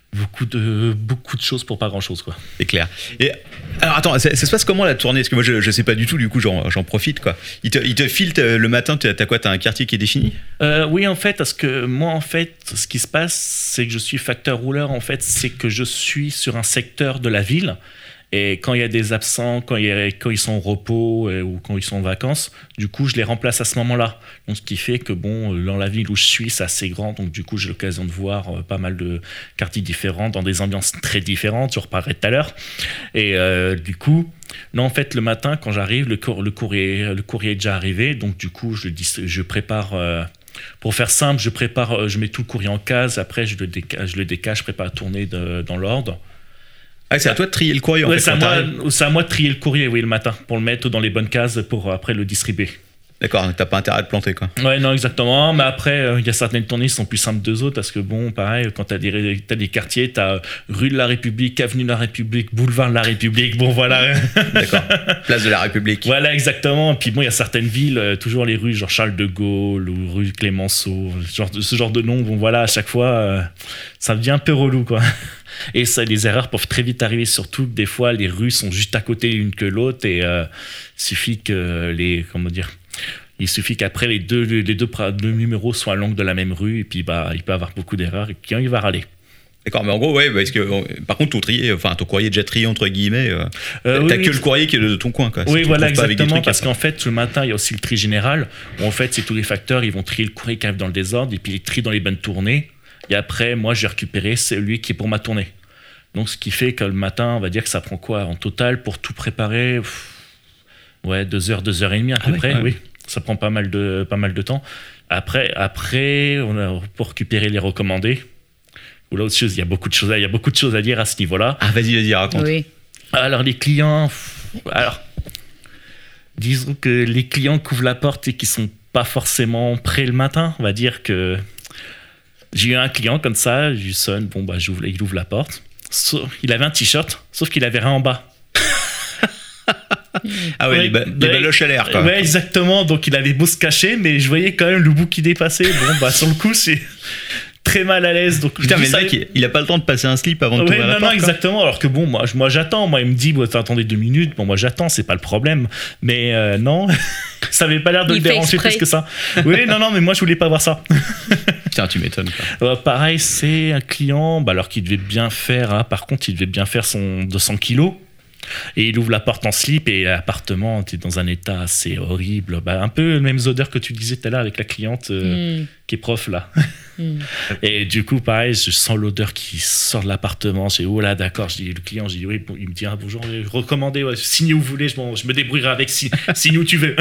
beaucoup de, beaucoup de choses pour pas grand-chose, quoi. C'est clair. Et alors attends, ça, ça se passe comment la tournée? Parce que moi je, je sais pas du tout, du coup j'en, j'en profite quoi. Ils te, ils te filent le matin, t'as quoi? T'as un quartier qui est défini? euh, Oui, en fait, parce que moi, en fait, ce qui se passe, c'est que je suis facteur rouleur. En fait, c'est que je suis sur un secteur de la ville. Et quand il y a des absents, quand, il y a, quand ils sont au repos euh, ou quand ils sont en vacances, du coup, je les remplace à ce moment-là. Donc, ce qui fait que, bon, dans la ville où je suis, c'est assez grand. Donc, du coup, j'ai l'occasion de voir euh, pas mal de quartiers différents, dans des ambiances très différentes. Je reparlerai tout à l'heure. Et euh, du coup, non, en fait, le matin, quand j'arrive, le, cour- le, courrier, le courrier est déjà arrivé. Donc, du coup, je, dis, je prépare... Euh, pour faire simple, je prépare, je mets tout le courrier en case. Après, je le décache, je, le décache, je prépare à tourner de, dans l'ordre. Ah, c'est à toi de trier le courrier en ouais, fait. C'est à, moi, c'est à moi de trier le courrier, oui, le matin, pour le mettre dans les bonnes cases pour après le distribuer. D'accord, donc t'as pas intérêt à te planter quoi. Ouais, non, exactement. Mais après, il euh, y a certaines tournées qui sont plus simples que d'autres parce que, bon, pareil, quand t'as des, t'as des quartiers, t'as rue de la République, avenue de la République, boulevard de la République, bon, voilà. D'accord, place de la République. Voilà, exactement. Puis bon, il y a certaines villes, euh, toujours les rues, genre Charles de Gaulle ou rue Clémenceau, genre de, ce genre de nom, bon, voilà, à chaque fois, euh, ça devient un peu relou, quoi. Et ça, les erreurs peuvent très vite arriver, surtout que des fois, les rues sont juste à côté l'une que l'autre et euh, il suffit que les, comment dire, il suffit qu'après les deux, les deux, deux numéros soient à l'angle de la même rue et puis bah, il peut y avoir beaucoup d'erreurs et puis il va râler. D'accord, mais en gros, ouais, parce que par contre, ton trier, enfin ton courrier est déjà trié entre guillemets. Euh, euh, t'as oui, que oui. le courrier qui est de ton coin, quoi. Oui, si voilà, exactement, trucs, parce qu'en fait, le matin, il y a aussi le tri général. Où en fait, c'est tous les facteurs, ils vont trier le courrier qui arrive dans le désordre et puis ils trient dans les bonnes tournées. Et après, moi, je vais récupérer celui qui est pour ma tournée. Donc, ce qui fait que le matin, on va dire que ça prend quoi en total pour tout préparer? Pff, ouais, deux heures, deux heures et demie à peu ah près, ouais. oui. Ça prend pas mal de, pas mal de temps. Après, après on a, pour récupérer les recommandés, ou là autre chose, il y a beaucoup de choses à, il y a beaucoup de choses à dire à ce niveau-là. Ah, vas-y, vas-y, raconte. Oui. Alors, les clients, pff, alors, disons que les clients qui ouvrent la porte et qui sont pas forcément prêts le matin, on va dire que j'ai eu un client comme ça, je lui sonne, bon, bah, j'ouvre, il ouvre la porte. Sauf, il avait un t-shirt, sauf qu'il avait rien en bas. Ah ouais, ouais, les, ba- bah, les baloches à l'air quoi. Ouais, exactement. Donc il avait beau se cacher, mais je voyais quand même le bout qui dépassait. Bon, bah sur le coup, c'est très mal à l'aise. Donc, Putain, mais le ça... mec, il, il a pas le temps de passer un slip avant de ouais, t'ouvrir non, la non, porte. exactement. Alors que bon, moi, moi j'attends. Moi, il me dit, bon, attendez deux minutes. Bon, moi, j'attends, c'est pas le problème. Mais euh, non, ça avait pas l'air de Il le fait déranger exprès. plus que ça. Oui, non, non, mais moi, je voulais pas voir ça. Putain, tu m'étonnes quoi. Euh, pareil, c'est un client, bah, alors qu'il devait bien faire, hein, par contre, il devait bien faire son deux cents kilos. Et il ouvre la porte en slip et l'appartement était dans un état assez horrible. Bah, un peu les mêmes odeurs que tu disais tout à l'heure avec la cliente euh, Mm. qui est prof là. Mm. Et du coup, pareil, je sens l'odeur qui sort de l'appartement. J'ai dit, oh là, d'accord. Je dis, le client, je dis, oui, bon, il me dit, ah, bonjour, recommandé, ouais, signez où vous voulez, je, bon, je me débrouillerai avec, si, signe où tu veux.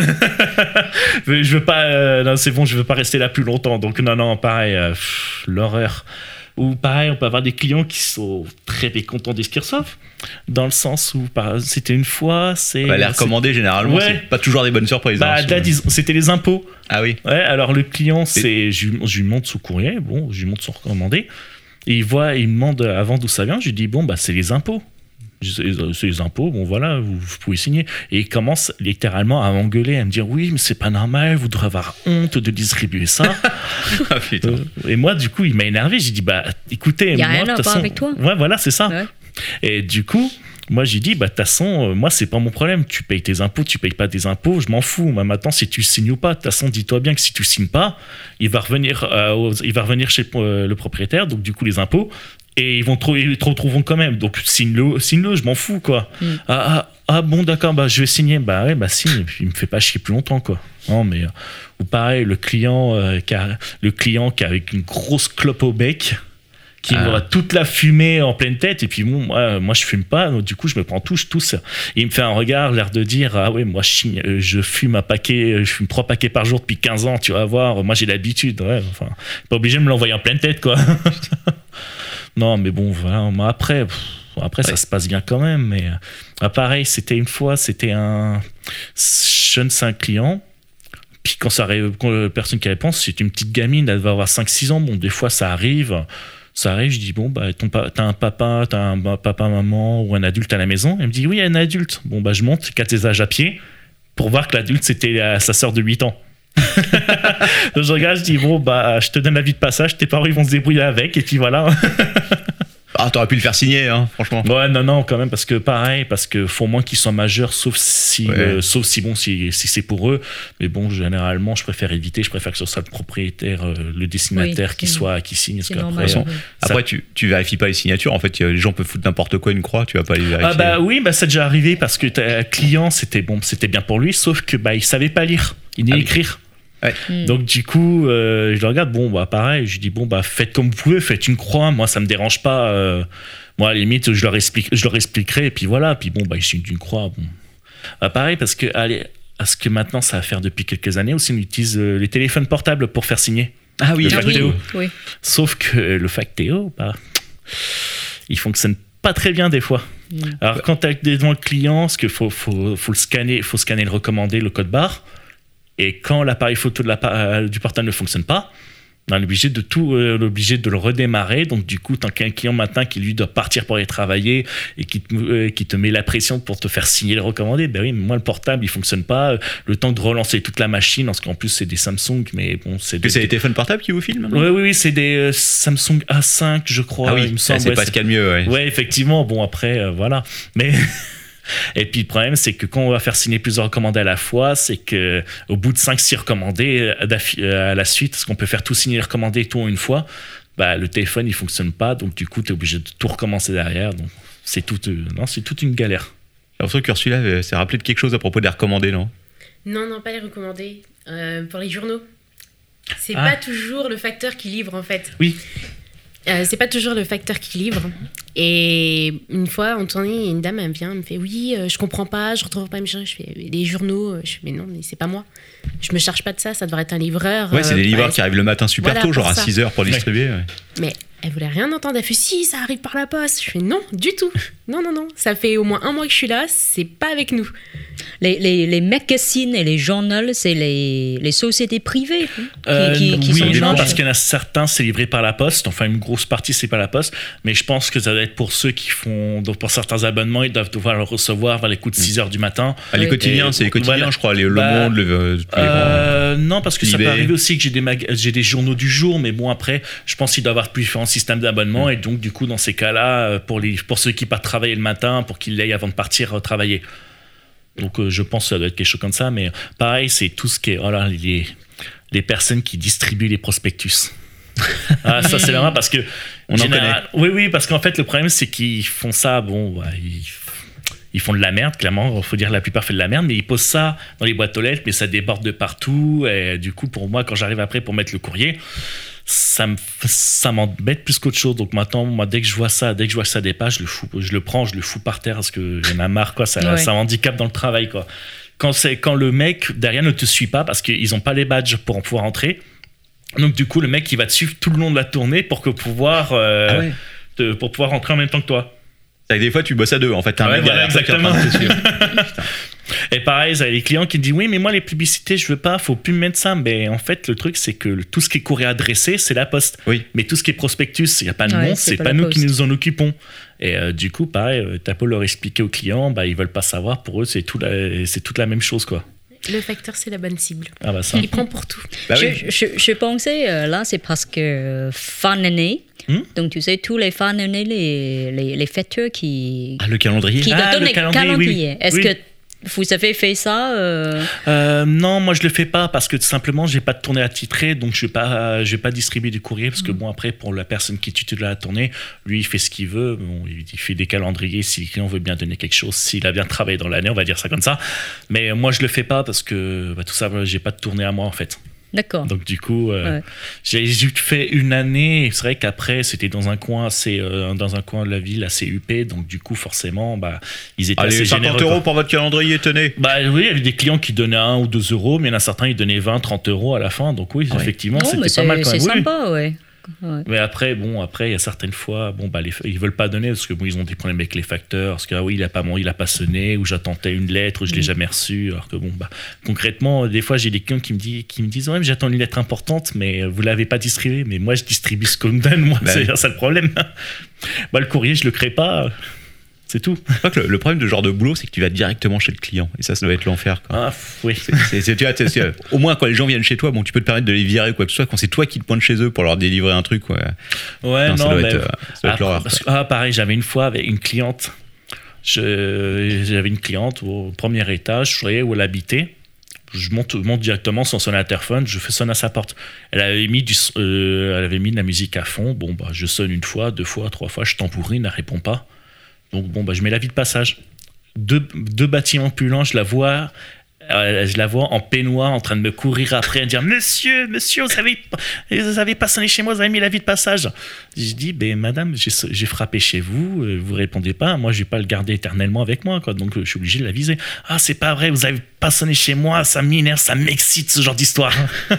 Mais je veux pas, euh, non, c'est bon, je veux pas rester là plus longtemps. Donc, non, non, pareil, euh, pff, l'horreur. Ou pareil, on peut avoir des clients qui sont très mécontents de ce qu'ils reçoivent, dans le sens où par, c'était une fois, c'est... Bah, les recommandés, généralement, Ouais. c'est pas toujours des bonnes surprises. Bah, hein, là, disons, c'était les impôts. Ah oui. Ouais, alors le client, c'est, je, lui- je lui montre son courrier, bon, je lui montre son recommandé, et il voit, il me demande avant d'où ça vient, je lui dis, bon, bah, c'est les impôts. Je dis, C'est c'est les impôts, bon voilà, vous, vous pouvez signer. Et il commence littéralement à m'engueuler, à me dire, oui, mais c'est pas normal, vous devrez avoir honte de distribuer ça. Ah putain. Euh, et moi, du coup, il m'a énervé. J'ai dit, bah, écoutez, Y a moi, rien de à toute voir façon- avec toi. Ouais, voilà, c'est ça. Ouais. Et du coup, moi, j'ai dit, bah, de toute façon, euh, moi, c'est pas mon problème. Tu payes tes impôts, tu payes pas tes impôts, je m'en fous. Moi, maintenant, si tu signes ou pas, de toute façon, dis-toi bien que si tu signes pas, il va revenir, euh, aux- il va revenir chez euh, le propriétaire, donc du coup, les impôts, et ils vont te, ils te retrouveront quand même. Donc, signe-le, signe-le, je m'en fous, quoi. Mm. Ah, ah, ah, bon, d'accord, bah, je vais signer. Bah, ouais, bah, signe. Et puis, il me fait pas chier plus longtemps, quoi. Non, mais, euh, ou pareil, le client, euh, qui a, le client qui a avec une grosse clope au bec, qui Ah. me voit toute la fumée en pleine tête, et puis bon, moi, moi je fume pas, donc du coup je me prends tout, je tousse. Et il me fait un regard, l'air de dire, ah ouais, moi je, signe, euh, je fume un paquet, je fume trois paquets par jour depuis quinze ans, tu vas voir, moi j'ai l'habitude, ouais, enfin, pas obligé de me l'envoyer en pleine tête, quoi. Non, mais bon, voilà, moi, après, pff, après ça Ouais. se passe bien quand même, mais ah, pareil, c'était une fois, c'était un jeune, c'est un client. Puis quand ça arrive, quand la personne qui répond, c'est une petite gamine, elle va avoir cinq six ans. Bon, des fois, ça arrive. Ça arrive, je dis, bon, bah, ton pa- t'as un papa, t'as un bah, papa, maman ou un adulte à la maison. Elle me dit, oui, il y a un adulte. Bon, bah, je monte, quatre étages à pied pour voir que l'adulte, c'était euh, sa sœur de huit ans. Donc, je regarde, je dis, bon, bah, je te donne la vie de passage, tes parents, ils vont se débrouiller avec, et puis voilà. Ah, t'aurais pu le faire signer, hein, franchement. Ouais, non, non, quand même, parce que pareil, parce que faut au moins qu'ils soient majeurs, sauf si, Ouais. euh, sauf si bon, si, si c'est pour eux. Mais bon, généralement, je préfère éviter. Je préfère que ce soit le propriétaire, euh, le destinataire Oui, qui c'est- soit qui signe. Parce c'est qu'après, normal. façon, oui. ça- Après, tu, tu vérifies pas les signatures. En fait, y a- les gens peuvent foutre n'importe quoi, une croix, tu vas pas les vérifier. Ah bah oui, bah c'est déjà arrivé parce que t'as un client, c'était bon, c'était bien pour lui, sauf que bah il savait pas lire, il ni Ah oui. écrire. Ouais. Mm. Donc du coup, euh, je le regarde, bon bah pareil, je dis bon bah faites comme vous pouvez, faites une croix, moi ça me dérange pas. euh, moi à la limite, je leur explique, je leur expliquerai et puis voilà, puis bon bah ils signent une croix. Bon. Bah, pareil parce que allez, parce que maintenant ça va faire depuis quelques années aussi, on utilise euh, les téléphones portables pour faire signer. Ah oui, Le Ah oui, factéo. oui. Sauf que le factéo, bah, il fonctionne pas très bien des fois. Mm. Alors quand tu es devant le client, parce qu'il faut, faut, faut le scanner, faut scanner le recommandé, le code barre, et quand l'appareil photo de la, du portable ne fonctionne pas, on est obligé de tout, euh, on est obligé de le redémarrer. Donc du coup, tant qu'un client matin qui lui doit partir pour aller travailler et qui te, euh, qui te met la pression pour te faire signer le recommandé, ben oui, mais moi le portable il fonctionne pas. Le temps de relancer toute la machine, parce qu'en plus c'est des Samsung, mais bon c'est que des, c'est les téléphones portables qui vous filment maintenant. oui, oui, oui, c'est des euh, Samsung A cinq, je crois. Ah oui, il me ça, semble. c'est Ouais, pas ce qu'il y a de mieux. Ouais. Ouais, effectivement. Bon, après, euh, voilà. Mais. Et puis le problème, c'est que quand on va faire signer plusieurs recommandés à la fois, c'est que au bout de cinq six recommandés euh, d'affi- euh, à la suite, parce qu'on peut faire tout signer les recommandés tout en une fois, bah, le téléphone il fonctionne pas, donc du coup tu es obligé de tout recommencer derrière. Donc c'est toute, euh, non, c'est toute une galère. J'ai l'impression que Ursula euh, s'est rappelé de quelque chose à propos des recommandés, non? Non, non, pas les recommandés. Euh, pour les journaux. C'est Ah. pas toujours le facteur qui livre en fait. Oui. Euh, c'est pas toujours le facteur qui livre. Et une fois, on tournait, une dame elle vient, elle me fait oui, euh, je comprends pas, je retrouve pas mes choses. Je fais les journaux. Je fais mais non, mais c'est pas moi. Je me charge pas de ça, ça devrait être un livreur. Ouais, c'est euh, des livreurs ouais, qui arrivent le matin super Voilà, tôt, genre pour à ça. six heures pour Ouais. distribuer. Ouais. Mais elle voulait rien entendre. Elle fait si, ça arrive par la poste. Je fais non, du tout. Non, non, non. Ça fait au moins un mois que je suis là, c'est pas avec nous. Les, les, les magazines et les journaux, c'est les, les sociétés privées hein, qui, Euh, qui, qui oui, sont et non, chargées. parce qu'il y en a certains, c'est livré par la poste. Enfin, une grosse partie, c'est par la poste. Mais je pense que ça doit être pour ceux qui font. Donc, pour certains abonnements, ils doivent devoir le recevoir vers les coups de six heures du matin. Ah, les Oui. quotidiens, Et- c'est les quotidiens, voilà. je crois, les, Le Bah, Monde, le, euh, tous les grands. Euh, non, parce que ça Libé. peut arriver aussi que j'ai des, mag- j'ai des journaux du jour, mais bon, après, je pense qu'il doit y avoir différents systèmes d'abonnement. Mm. Et donc, du coup, dans ces cas-là, euh, pour, les, pour ceux qui partent travailler le matin, pour qu'ils l'aillent avant de partir euh, travailler. Donc, euh, je pense que ça doit être quelque chose comme ça. Mais pareil, c'est tout ce qui est. Voilà, les, les personnes qui distribuent les prospectus. Ah, ça, c'est marrant parce que. On en général- Oui, oui, parce qu'en fait, le problème, c'est qu'ils font ça. Bon, ouais, ils. Ils font de la merde, clairement. Il faut dire que la plupart font de la merde, mais ils posent ça dans les boîtes aux lettres, mais ça déborde de partout. Et du coup, pour moi, quand j'arrive après pour mettre le courrier, ça me, ça m'embête plus qu'autre chose. Donc maintenant, moi, dès que je vois ça, dès que je vois que ça dépasse, je le fous, je le prends, je le fous par terre parce que j'en ai marre, quoi. Ça, Ouais. ça m'handicape dans le travail, quoi. Quand c'est, quand le mec derrière ne te suit pas parce qu'ils ont pas les badges pour en pouvoir entrer. Donc du coup, le mec, il va te suivre tout le long de la tournée pour que pouvoir, euh, Ah ouais. te- pour pouvoir rentrer en même temps que toi. C'est que des fois, tu bosses à deux. En fait, t'as un Ouais, mec voilà, derrière toi qui est en train de te suivre. Et pareil, vous avez les clients qui disent oui, mais moi les publicités, je veux pas, faut plus me mettre ça. Mais en fait, le truc, c'est que le- tout ce qui est courrier adressé, c'est la poste. Oui. Mais tout ce qui est prospectus, il n'y a pas de Ouais, nom, c'est c'est pas pas, la nous poste. qui nous en occupons. Et euh, du coup, pareil, euh, t'as beau leur expliquer aux clients, bah, ils veulent pas savoir. Pour eux, c'est tout la- c'est toute la même chose, quoi. Le facteur, c'est la bonne cible. Ah bah ça. Il prend pour tout. Bah je, oui. je, je pensais, euh, là, c'est parce que euh, fin d'année, Hmm? donc tu sais, tous les fins d'année, les, les, les fêteurs qui, Ah, le calendrier. qui Ah, te donnent le les calendrier, calendriers. oui. Est-ce Oui. que vous avez fait ça euh, Euh, non, moi je le fais pas parce que tout simplement j'ai pas de tournée attitrée, donc je vais pas, je vais pas distribuer du courrier parce que bon après pour la personne qui titule la tournée, lui il fait ce qu'il veut, bon, il il fait des calendriers si le client veut bien donner quelque chose, s'il a bien travaillé dans l'année, on va dire ça comme ça. Mais moi je le fais pas parce que bah, tout ça, j'ai pas de tournée à moi en fait. D'accord. Donc du coup, euh, Ouais. j'ai juste fait une année. Et c'est vrai qu'après c'était dans un coin assez, euh, dans un coin de la ville assez huppé, donc du coup forcément, bah ils étaient Allez, assez cinquante généreux. euros quoi. pour votre calendrier, tenez. Bah oui, il y avait des clients qui donnaient un ou deux euros, mais il y en a certains, ils donnaient vingt, trente euros à la fin. Donc oui, Ah ouais. effectivement, Non, mais c'était pas mal c'est quand c'est même. Oui, oui. sympa, ouais. Ouais. Mais après, bon, après, il y a certaines fois, bon, bah, les, ils veulent pas donner parce que bon, ils ont des problèmes avec les facteurs. Parce que ah oui, il a pas, bon, il a pas sonné, ou j'attendais une lettre, ou je l'ai Mm. jamais reçue. Alors que bon, bah, concrètement, des fois, j'ai des clients qui me disent, qui me disent, ouais, mais j'attends une lettre importante, mais vous l'avez pas distribuée. Mais moi, je distribue ce qu'on me donne. Moi, Bah c'est oui. ça le problème. Bah, le courrier, je le crée pas. C'est tout. Je crois que le, le problème de ce genre de boulot, c'est que tu vas directement chez le client. Et ça, ça doit être l'enfer. Quoi. Ah, oui. C'est, c'est, c'est, tu vois, c'est, c'est, au moins, quand les gens viennent chez toi, bon, tu peux te permettre de les virer ou quoi que ce soit. Quand c'est toi qui te pointes chez eux pour leur délivrer un truc, ouais. Ouais, non, ça doit mais... être, euh, ça doit être ah, l'horreur. parce que- ah, pareil, j'avais une fois avec une cliente. Je, j'avais une cliente au premier étage, je voyais où elle habitait. Je monte, monte directement sur son interphone, je fais sonner à sa porte. Elle avait mis, du, euh, elle avait mis de la musique à fond. Bon, bah, je sonne une fois, deux fois, trois fois, je tambourine, elle répond pas. Donc, bon, bah, je mets l'avis de passage. Deux, deux bâtiments plus loin, je la vois. Euh, je la vois en peignoir en train de me courir après, à dire monsieur, monsieur, vous avez, vous avez pas sonné chez moi, vous avez mis l'avis de passage. Je dis, ben madame, j'ai, j'ai frappé chez vous, euh, vous répondez pas, moi je vais pas le garder éternellement avec moi, quoi, donc euh, je suis obligé de l'aviser. Ah, c'est pas vrai, vous avez pas sonné chez moi, ça m'énerve, ça m'excite ce genre d'histoire.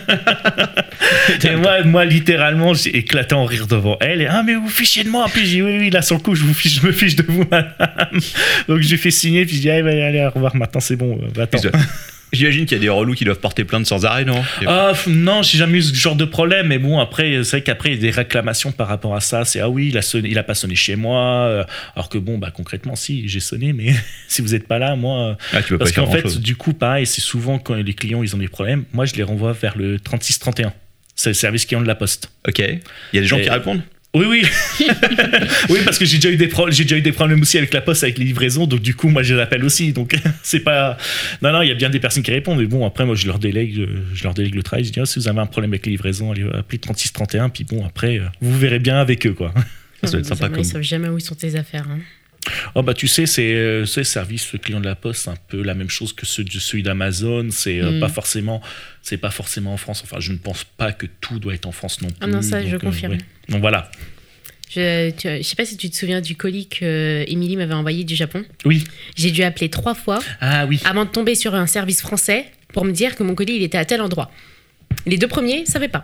Et moi, moi, littéralement, j'ai éclaté en rire devant elle. Et, ah, mais vous fichez de moi. Puis j'ai dit, oui, oui, là, sur le coup, je, vous fiche, je me fiche de vous, madame. Donc j'ai fait signer, puis j'ai dit, allez, allez, au revoir, maintenant c'est bon, va-t'en. J'imagine qu'il y a des relous qui doivent porter plainte sans arrêt, non? Ah, f- non, j'ai jamais eu ce genre de problème, mais bon, après, c'est vrai qu'après, il y a des réclamations par rapport à ça. C'est, ah oui, il a, sonné, il a pas sonné chez moi, euh, alors que bon, bah, concrètement, si, j'ai sonné, mais si vous êtes pas là, moi. Ah, tu peux parce pas y faire qu'en fait, grand-chose. du coup, pareil, c'est souvent quand les clients, ils ont des problèmes, moi, je les renvoie vers le trente-six trente et un. C'est le service client de la Poste. Ok. Il y a des gens Et- qui répondent? Oui, oui. Oui, parce que j'ai déjà eu des pro- j'ai déjà eu des problèmes aussi avec la Poste, avec les livraisons, donc du coup, moi, je les appelle aussi. Donc, c'est pas. Non, non, il y a bien des personnes qui répondent, mais bon, après, moi, je leur délègue, je, je leur délègue le travail. Je dis, ah, si vous avez un problème avec les livraisons, allez appelez trente-six trente et un, puis bon, après, euh, vous verrez bien avec eux, quoi. Ça doit être sympa Ils comme. savent jamais où sont tes affaires. Hein. Oh, bah, tu sais, c'est, euh, c'est service client de la Poste, c'est un peu la même chose que ceux de- celui d'Amazon. C'est euh, Mm. pas forcément, c'est pas forcément en France. Enfin, je ne pense pas que tout doit être en France non plus. Ah non, ça, je donc, euh, confirme. ouais. Donc voilà. Je, tu, je sais pas si tu te souviens du colis que Émilie m'avait envoyé du Japon. Oui. J'ai dû appeler trois fois Ah oui. avant de tomber sur un service français pour me dire que mon colis il était à tel endroit. Les deux premiers ne savaient pas.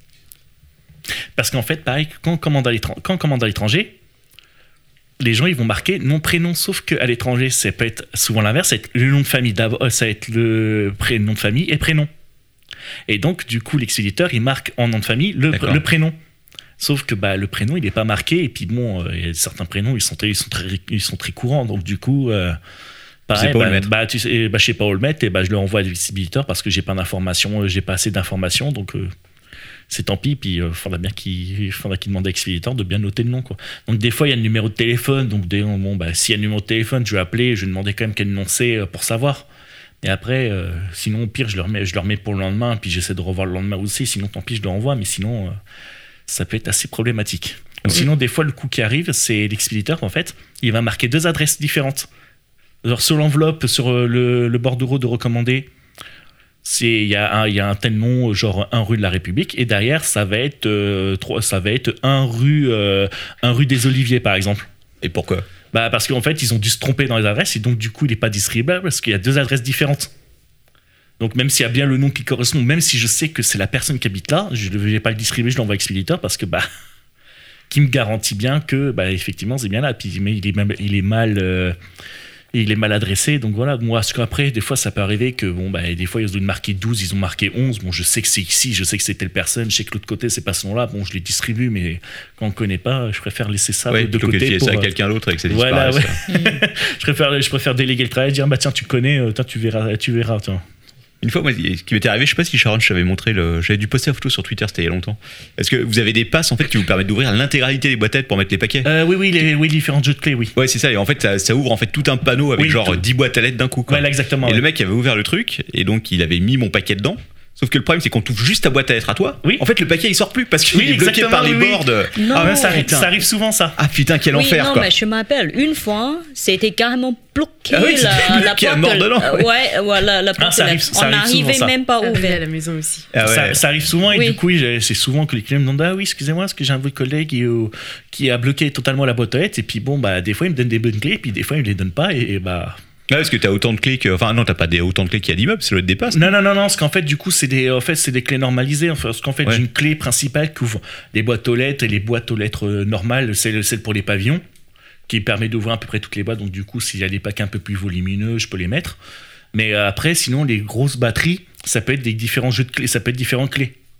Parce qu'en fait, pareil, quand on commande à l'étran- quand on commande à l'étranger, les gens ils vont marquer nom, prénom, sauf qu'à l'étranger, ça peut être souvent l'inverse, ça va être le nom de famille d'abord, euh, ça va être le prénom de famille et prénom. Et donc, du coup, l'expéditeur, il marque en nom de famille le, D'accord. le prénom. Sauf que bah, le prénom, il n'est pas marqué, et puis bon, euh, il y a certains prénoms, ils sont très, ils sont très, ils sont très courants, donc du coup. Euh, pareil, sais pas où bah, le mettre. bah, tu sais, bah, je sais pas où le mettre, et bah, je le renvoie à l'expéditeur parce que j'ai pas d'informations, euh, j'ai pas assez d'informations, donc euh, c'est tant pis. Puis il euh, faudra bien qu'il faudra qu'il demande à l'expéditeur de bien noter le nom, quoi. Donc des fois il y a le numéro de téléphone, donc des, bon, bah, s'il y a le numéro de téléphone, je vais appeler, je vais demander quand même quel nom c'est euh, pour savoir. Et après, euh, sinon au pire, je le remets, je le remets pour le lendemain, puis j'essaie de revoir le lendemain aussi. Sinon, tant pis, je le renvoie, mais sinon, euh, ça peut être assez problématique. Ou sinon, des fois, le coup qui arrive, c'est l'expéditeur, en fait, il va marquer deux adresses différentes. Alors, sur l'enveloppe, sur euh, le, le bordereau de recommandé, c'est il y a un il y a un tel nom, genre un rue de la République, et derrière, ça va être euh, trois, ça va être un rue euh, un rue des Oliviers, par exemple. Et pourquoi? Bah parce qu'en fait, ils ont dû se tromper dans les adresses, et donc du coup, il n'est pas distribuable parce qu'il y a deux adresses différentes. Donc même s'il y a bien le nom qui correspond, même si je sais que c'est la personne qui habite là, je ne vais pas le distribuer, je l'envoie à l'expéditeur parce que bah qui me garantit bien que bah effectivement c'est bien là. Puis mais il est même, il est mal euh, il est mal adressé, donc voilà. Moi, parce qu'après, des fois, ça peut arriver que bon bah des fois ils ont marqué douze, ils ont marqué onze. Bon, je sais que c'est ici, je sais que c'est telle personne, je sais que l'autre côté c'est pas ce nom-là. Bon, je les distribue, mais quand on connaît pas, je préfère laisser ça Ouais, de plutôt que de côté filer pour ça à euh, quelqu'un d'autre et que ça voilà, disparaisse. ouais. je préfère je préfère déléguer le travail, dire bah tiens tu connais, euh, toi, tu verras tu verras toi. Une fois, moi, ce qui m'était arrivé, je sais pas si Sharon, je t'avais montré, le... j'avais dû poster la photo sur Twitter, c'était il y a longtemps. Est-ce que vous avez des passes en fait qui vous permettent d'ouvrir l'intégralité des boîtes à lettres pour mettre les paquets? Euh, oui oui les oui différents jeux de clés, oui. Ouais, c'est ça. Et en fait, ça, ça ouvre en fait tout un panneau avec Oui, genre tout. dix boîtes à lettres d'un coup. Quoi. Ouais, là, exactement. Et ouais. le mec avait ouvert le truc et donc il avait mis mon paquet dedans. Sauf que le problème, c'est qu'on touche juste ta boîte à lettres à toi. Oui. En fait, le paquet il sort plus parce qu'il Oui, est bloqué exactement, par les oui, oui. bords. de- Non. Ah, ça, arrive, putain. ça arrive souvent ça. Ah putain, quel Oui, enfer non, quoi. mais je m'appelle. Une fois, c'était carrément bloqué. Ah oui, c'était la, la bloqué à porte. mort dedans, euh, ouais. Ouais, voilà, la porte. ça là. arrive- ça on arrive souvent, n'arrivait ça. même pas à Arrivé à ouvrir. la maison aussi. Ah ouais. Ça, ça arrive souvent et Oui. du coup j'ai- c'est souvent que les clients me demandent ah oui excusez-moi parce que j'ai un de vos collègues qui, euh, qui a bloqué totalement la boîte aux lettres et puis bon bah des fois il me donne des bonnes clés et puis des fois il me les donne pas et, et bah Ouais, parce que t'as autant de clés que. Enfin, non, t'as pas des, autant de clés qu'il y a d'immeubles, ça doit être des passes. non non non non parce qu'en fait du coup c'est des en fait c'est des clés normalisées enfin, parce qu'en fait Ouais. j'ai une clé principale qui ouvre les boîtes aux lettres et les boîtes aux lettres euh, normales c'est celle pour les pavillons qui permet d'ouvrir à peu près toutes les boîtes donc du coup s'il y a des paquets un peu plus volumineux je peux les mettre mais euh, après sinon les grosses batteries ça peut être des différents jeux de clés ça peut être différentes clés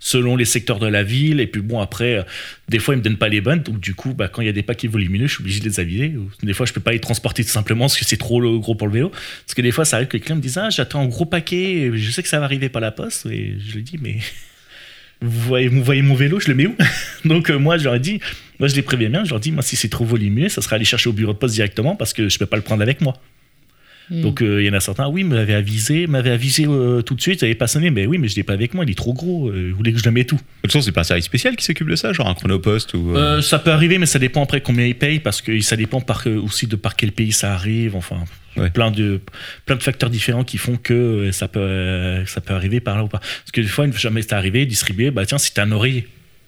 selon les secteurs de la ville. Et puis bon, après, euh, des fois, ils me donnent pas les bonnes. Donc du coup, bah, quand il y a des paquets volumineux, je suis obligé de les aviser. Des fois, je peux pas les transporter tout simplement parce que c'est trop gros pour le vélo. Parce que des fois, ça arrive que les clients me disent « Ah, j'attends un gros paquet, je sais que ça va arriver par la poste. » Et je lui dis « Mais vous voyez, vous voyez mon vélo, je le mets où ?» Donc euh, moi, je leur ai dit, moi je les préviens bien, je leur dis « Moi, si c'est trop volumineux, ça sera aller chercher au bureau de poste directement parce que je peux pas le prendre avec moi. » Mm. Donc il euh, y en a certains, oui, m'avait avisé, m'avait avisé euh, tout de suite, ça n'avait pas sonné, mais oui, mais je l'ai pas avec moi, il est trop gros, euh, vous voulez que je le mette tout. De toute façon, c'est pas un service spécial qui s'occupe de ça, genre un chronopost ou. Euh... Euh, ça peut arriver, mais ça dépend après combien ils payent, parce que ça dépend par, aussi de par quel pays ça arrive, enfin, ouais. plein, de, plein de facteurs différents qui font que ça peut, euh, ça peut arriver par là ou pas. Parce que des fois, une fois jamais c'est arrivé, distribué, bah tiens, c'était un oreiller.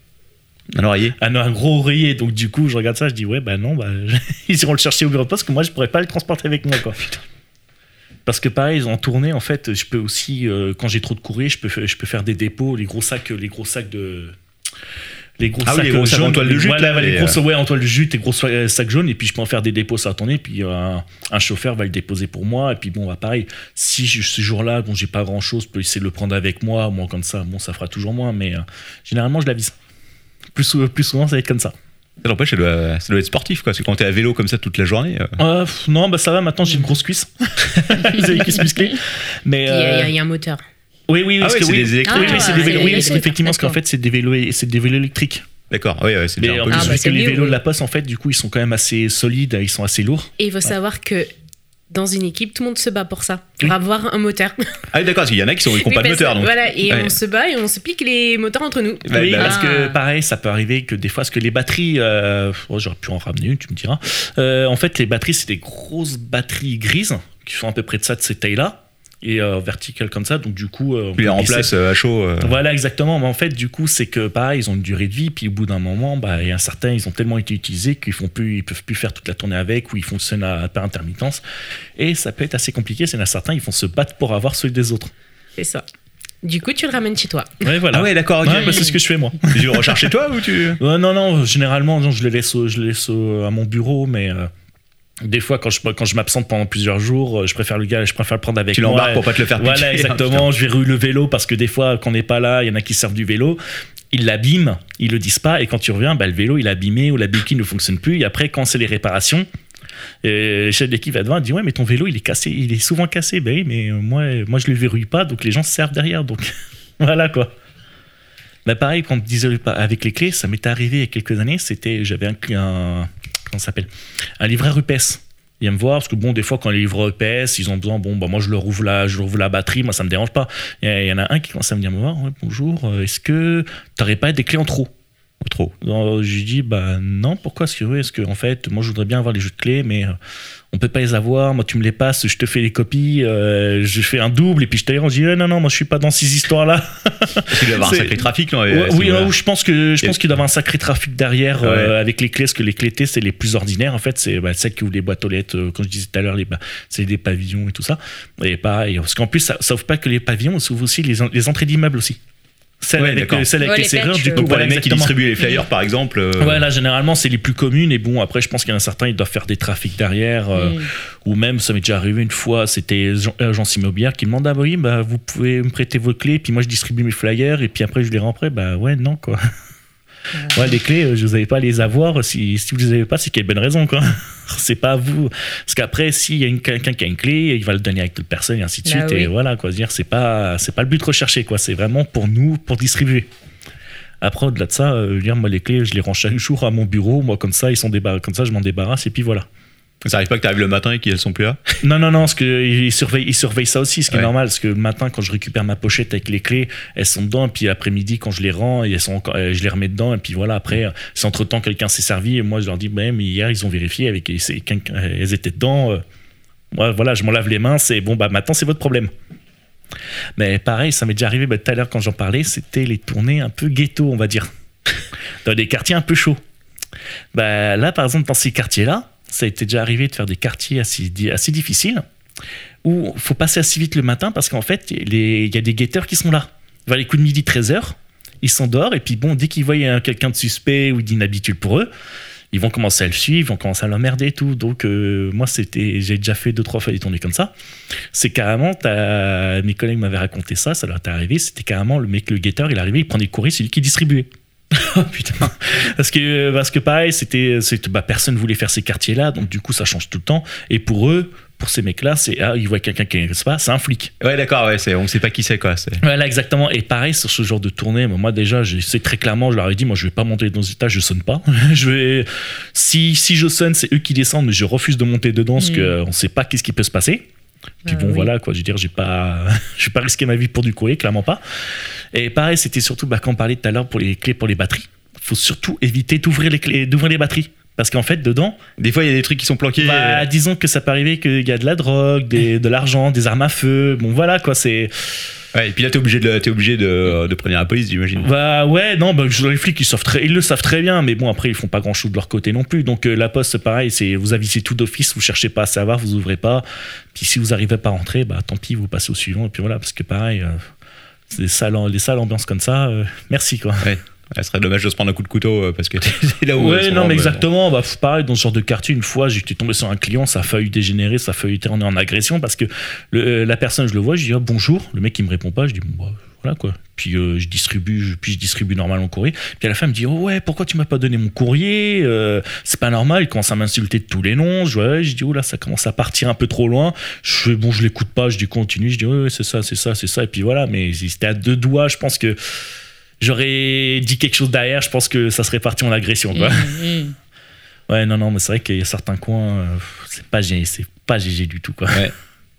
Un oreiller un, un gros oreiller, donc du coup, je regarde ça, je dis, ouais, bah non, bah, ils iront le chercher au bureau de poste, parce que moi, je pourrais pas le transporter avec moi, quoi. Parce que pareil, en tournée, en fait, je peux aussi, euh, quand j'ai trop de courrier, je peux, je peux faire des dépôts, les gros sacs, les gros sacs de, les gros ah sacs oui, les gros sacs en toile de jute, voilà, là, les et gros euh... ouais, en toile de jute, les gros sacs jaunes, et puis je peux en faire des dépôts sur la tournée, puis euh, un, un chauffeur va le déposer pour moi, et puis bon, bah pareil, si je, ce jour-là, bon, j'ai pas grand-chose, je peux essayer de le prendre avec moi, moi comme ça, bon, ça fera toujours moins, mais euh, généralement, je l'avise. Plus, plus souvent, ça va être comme ça. Ça n'empêche, ça doit, ça doit être sportif, quoi. Parce que quand t'es à vélo comme ça toute la journée. Euh... Euh, non, bah ça va, maintenant j'ai une grosse cuisse. J'ai une cuisse musclée. Mais. Il euh... y, y a un moteur. Oui, oui, ah parce ouais, que c'est oui. des électriques. Ah, oui, c'est des vélos. c'est Oui, des parce qu'effectivement, parce qu'en d'accord. fait, c'est des vélos, c'est des vélos électriques. D'accord, oui, ouais, c'est mais déjà un peu en ah, plus, bah, vu que les mieux, vélos oui. de la Poste, en fait, du coup, ils sont quand même assez solides, ils sont assez lourds. Et il faut ouais. savoir que dans une équipe, tout le monde se bat pour ça, pour oui. avoir un moteur. Ah oui, d'accord, parce qu'il y en a qui sont qui n'ont Oui, pas de parce- moteur. Donc. Voilà, et Ouais. on se bat et on se pique les moteurs entre nous. Ouais, oui, bah, parce ah. que pareil, ça peut arriver que des fois, parce que les batteries, euh, oh, j'aurais pu en ramener une, tu me diras. Euh, en fait, les batteries, c'est des grosses batteries grises qui font à peu près de ça, de cette taille-là, et euh, verticales comme ça. Donc du coup, euh, on Tu les peut glisser. remplaces euh, à chaud. euh. Voilà, exactement. Mais en fait, du coup, c'est que pareil, ils ont une durée de vie, puis au bout d'un moment, bah, il y a certains, ils ont tellement été utilisés qu'ils font plus, ils peuvent plus faire toute la tournée avec, ou ils fonctionnent à, par intermittence. Et ça peut être assez compliqué. C'est qu'il y en a certains, ils vont se battre pour avoir ceux des autres. C'est ça. Du coup, tu le ramènes chez toi. Ouais, voilà. Ah ouais, d'accord, ok. Ouais, bah, c'est ce que je fais moi. Tu le recharges chez toi ou tu. Euh, non, non, généralement, non, je le laisse, au- je le laisse au- à mon bureau, mais euh, des fois, quand je, quand je m'absente pendant plusieurs jours, euh, je préfère le gars, je préfère le prendre avec Tu moi. l'embarques pour pas te le faire piquer. Voilà, exactement. Je verrouille le vélo parce que des fois, quand on n'est pas là, il y en a qui servent du vélo. Ils l'abîment, ils le disent pas, et quand tu reviens, bah, le vélo il est abîmé ou la béquille ne fonctionne plus. Et après, quand c'est les réparations, euh, le chef d'équipe va devant, il dit ouais, mais ton vélo il est cassé, il est souvent cassé. Ben oui, mais moi, moi je le verrouille pas, donc les gens se servent derrière. Donc voilà quoi. Bah pareil, quand on me disait avec les clés, ça m'était arrivé il y a quelques années. C'était, j'avais un, un comment ça s'appelle, un livreur U P S. Il vient me voir parce que bon, des fois quand les livreurs U P S, ils ont besoin, bon, bah moi je leur ouvre la, je leur ouvre la batterie, moi ça me dérange pas. Il y en a un qui commence à venir me voir, ouais, bonjour, euh, est-ce que t'aurais pas des clés en trop? Trop. Alors, je lui dis bah non, pourquoi? Est-ce que oui, est-ce que en fait, moi je voudrais bien avoir les jeux de clés, mais euh, on peut pas les avoir. Moi tu me les passes, je te fais les copies, euh, je fais un double et puis je te les rends. Je dis eh, non non, moi je suis pas dans ces histoires là. Il doit y avoir un C'est- sacré trafic, non Ouais, oui, euh, je pense que je Et- pense qu'il doit y avoir un sacré trafic derrière euh, Ouais. avec les clés, parce que les clés T c'est les plus ordinaires en fait, c'est bah, celles qui ouvrent les boîtes aux lettres, euh, comme je disais tout à l'heure, les ba- c'est des pavillons et tout ça. Et pareil, parce qu'en plus ça, ça ouvre pas que les pavillons, ça ouvre aussi les, en- les entrées d'immeubles aussi. Celles Ouais, avec, d'accord. euh, celles avec Ouais, les les serrures, patchs, du euh, coup, Donc pour voilà, les mecs qui exactement. distribuent les flyers, par exemple. euh, Ouais, là, généralement, c'est les plus communes. Et bon, après, je pense qu'il y en a certains, ils doivent faire des trafics derrière. euh, Mm. Ou même, ça m'est déjà arrivé une fois, c'était l'agence immobilière qui demande ah, bah oui, bah, vous pouvez me prêter vos clés. Puis moi, je distribue mes flyers. Et puis après, je les rends après. Bah ouais, non, quoi. Ouais, les clés, euh, je vous avais pas à les avoir. Si, si vous les avez pas, c'est qu'il y a une bonne raison, quoi. C'est pas à vous. Parce qu'après, s'il y a une- quelqu'un qui a une clé, il va le donner avec d'autres personnes et ainsi de Bah suite. Et oui. voilà, quoi. Dire, c'est pas, c'est pas le but recherché, quoi. C'est vraiment pour nous, pour distribuer. Après, au-delà de ça, euh, dire, moi, les clés, je les range chaque jour à mon bureau. Moi, comme ça, ils sont débar- comme ça, je m'en débarrasse et puis voilà. Ça arrive pas que t'arrives le matin et qu'elles sont plus là. Non, non, non, parce qu'ils surveillent, ils surveillent ça aussi, ce qui Ouais. est normal. Parce que le matin, quand je récupère ma pochette avec les clés, elles sont dedans. Et puis l'après-midi, quand je les rends, elles sont encore, euh, je les remets dedans. Et puis voilà, après, si entre-temps quelqu'un s'est servi, et moi, je leur dis, bah, mais hier, ils ont vérifié, avec, c'est, quelqu'un- elles étaient dedans. euh, moi, voilà, je m'en lave les mains. C'est bon, bah maintenant, c'est votre problème. Mais pareil, ça m'est déjà arrivé bah, tout à l'heure quand j'en parlais, c'était les tournées un peu ghetto, on va dire. Dans des quartiers un peu chauds. Bah, là, par exemple, dans ces quartiers-là, ça a été déjà arrivé de faire des quartiers assez, di- assez difficiles où il faut passer assez vite le matin parce qu'en fait, les- il y a des guetteurs qui sont là. Vers les coups de midi, treize heures, ils sont dehors et puis bon, dès qu'ils voient euh, quelqu'un de suspect ou d'inhabituel pour eux, ils vont commencer à le suivre, ils vont commencer à l'emmerder et tout. Donc, euh, moi, c'était, j'ai déjà fait deux, trois fois des tournées comme ça. C'est carrément, t'as, mes collègues m'avaient raconté ça, ça leur est arrivé. C'était carrément le mec, le guetteur, il arrivait, il prenait le courrier, c'est lui qui distribuait. Oh putain. Parce que, parce que pareil, c'était, c'était, bah, personne voulait faire ces quartiers-là, donc du coup, ça change tout le temps. Et pour eux, pour ces mecs-là, c'est, ah, ils voient quelqu'un qui ne connaissent pas, c'est un flic. Ouais, d'accord, ouais, c'est, on ne sait pas qui c'est, quoi. C'est... Voilà, exactement. Et pareil, sur ce genre de tournée, moi, déjà, je sais très clairement, je leur ai dit, moi, je ne vais pas monter dans les étages, je ne sonne pas. je vais... si, si je sonne, c'est eux qui descendent, mais je refuse de monter dedans, parce mmh. qu'on ne sait pas qu'est-ce qui peut se passer. Puis bon, euh, oui. voilà, quoi, je veux dire, j'ai pas, je vais pas risquer ma vie pour du courrier, clairement pas. Et pareil, c'était surtout, bah, quand on parlait tout à l'heure pour les clés pour les batteries, il faut surtout éviter d'ouvrir les clés, d'ouvrir les batteries. Parce qu'en fait, dedans, des fois, il y a des trucs qui sont planqués. Bah, euh... disons que ça peut arriver qu'il y a de la drogue, des, de l'argent, des armes à feu. Bon, voilà, quoi, c'est. Ouais, et puis là, t'es obligé de, t'es obligé de, de prévenir la police, j'imagine. Bah ouais, non, bah, les flics, ils, savent très, ils le savent très bien, mais bon, après, ils font pas grand chose de leur côté non plus. Donc, euh, la poste, pareil, c'est vous avisez tout d'office, vous cherchez pas à savoir, vous ouvrez pas. Puis si vous arrivez pas à rentrer, bah tant pis, vous passez au suivant. Et puis voilà, parce que pareil, euh, c'est des sales, des sales ambiances comme ça, euh, merci, quoi. Ouais. Ce serait dommage de se prendre un coup de couteau parce que c'est là où. Ouais, non, mais exactement. Bah, pareil, dans ce genre de quartier, une fois, j'étais tombé sur un client, ça a failli dégénérer, ça a failli tourner en agression parce que le, la personne, je le vois, je dis oh, bonjour. Le mec, il me répond pas, je dis bon, bah, voilà quoi. Puis euh, je distribue, je, puis je distribue normalement le courrier. Puis à la fin, il me dit oh ouais, pourquoi tu m'as pas donné mon courrier euh, c'est pas normal. Il commence à m'insulter de tous les noms. Je, ouais, je dis oh là, ça commence à partir un peu trop loin. Je fais bon, je l'écoute pas, je dis continue. Je dis ouais, ouais c'est ça, c'est ça, c'est ça. Et puis voilà, mais c'était à deux doigts, je pense que. J'aurais dit quelque chose derrière, je pense que ça serait parti en agression, quoi. Mmh, mmh. Ouais, non, non, mais c'est vrai qu'il y a certains coins, euh, c'est pas G G, c'est pas G G du tout, quoi. Ouais.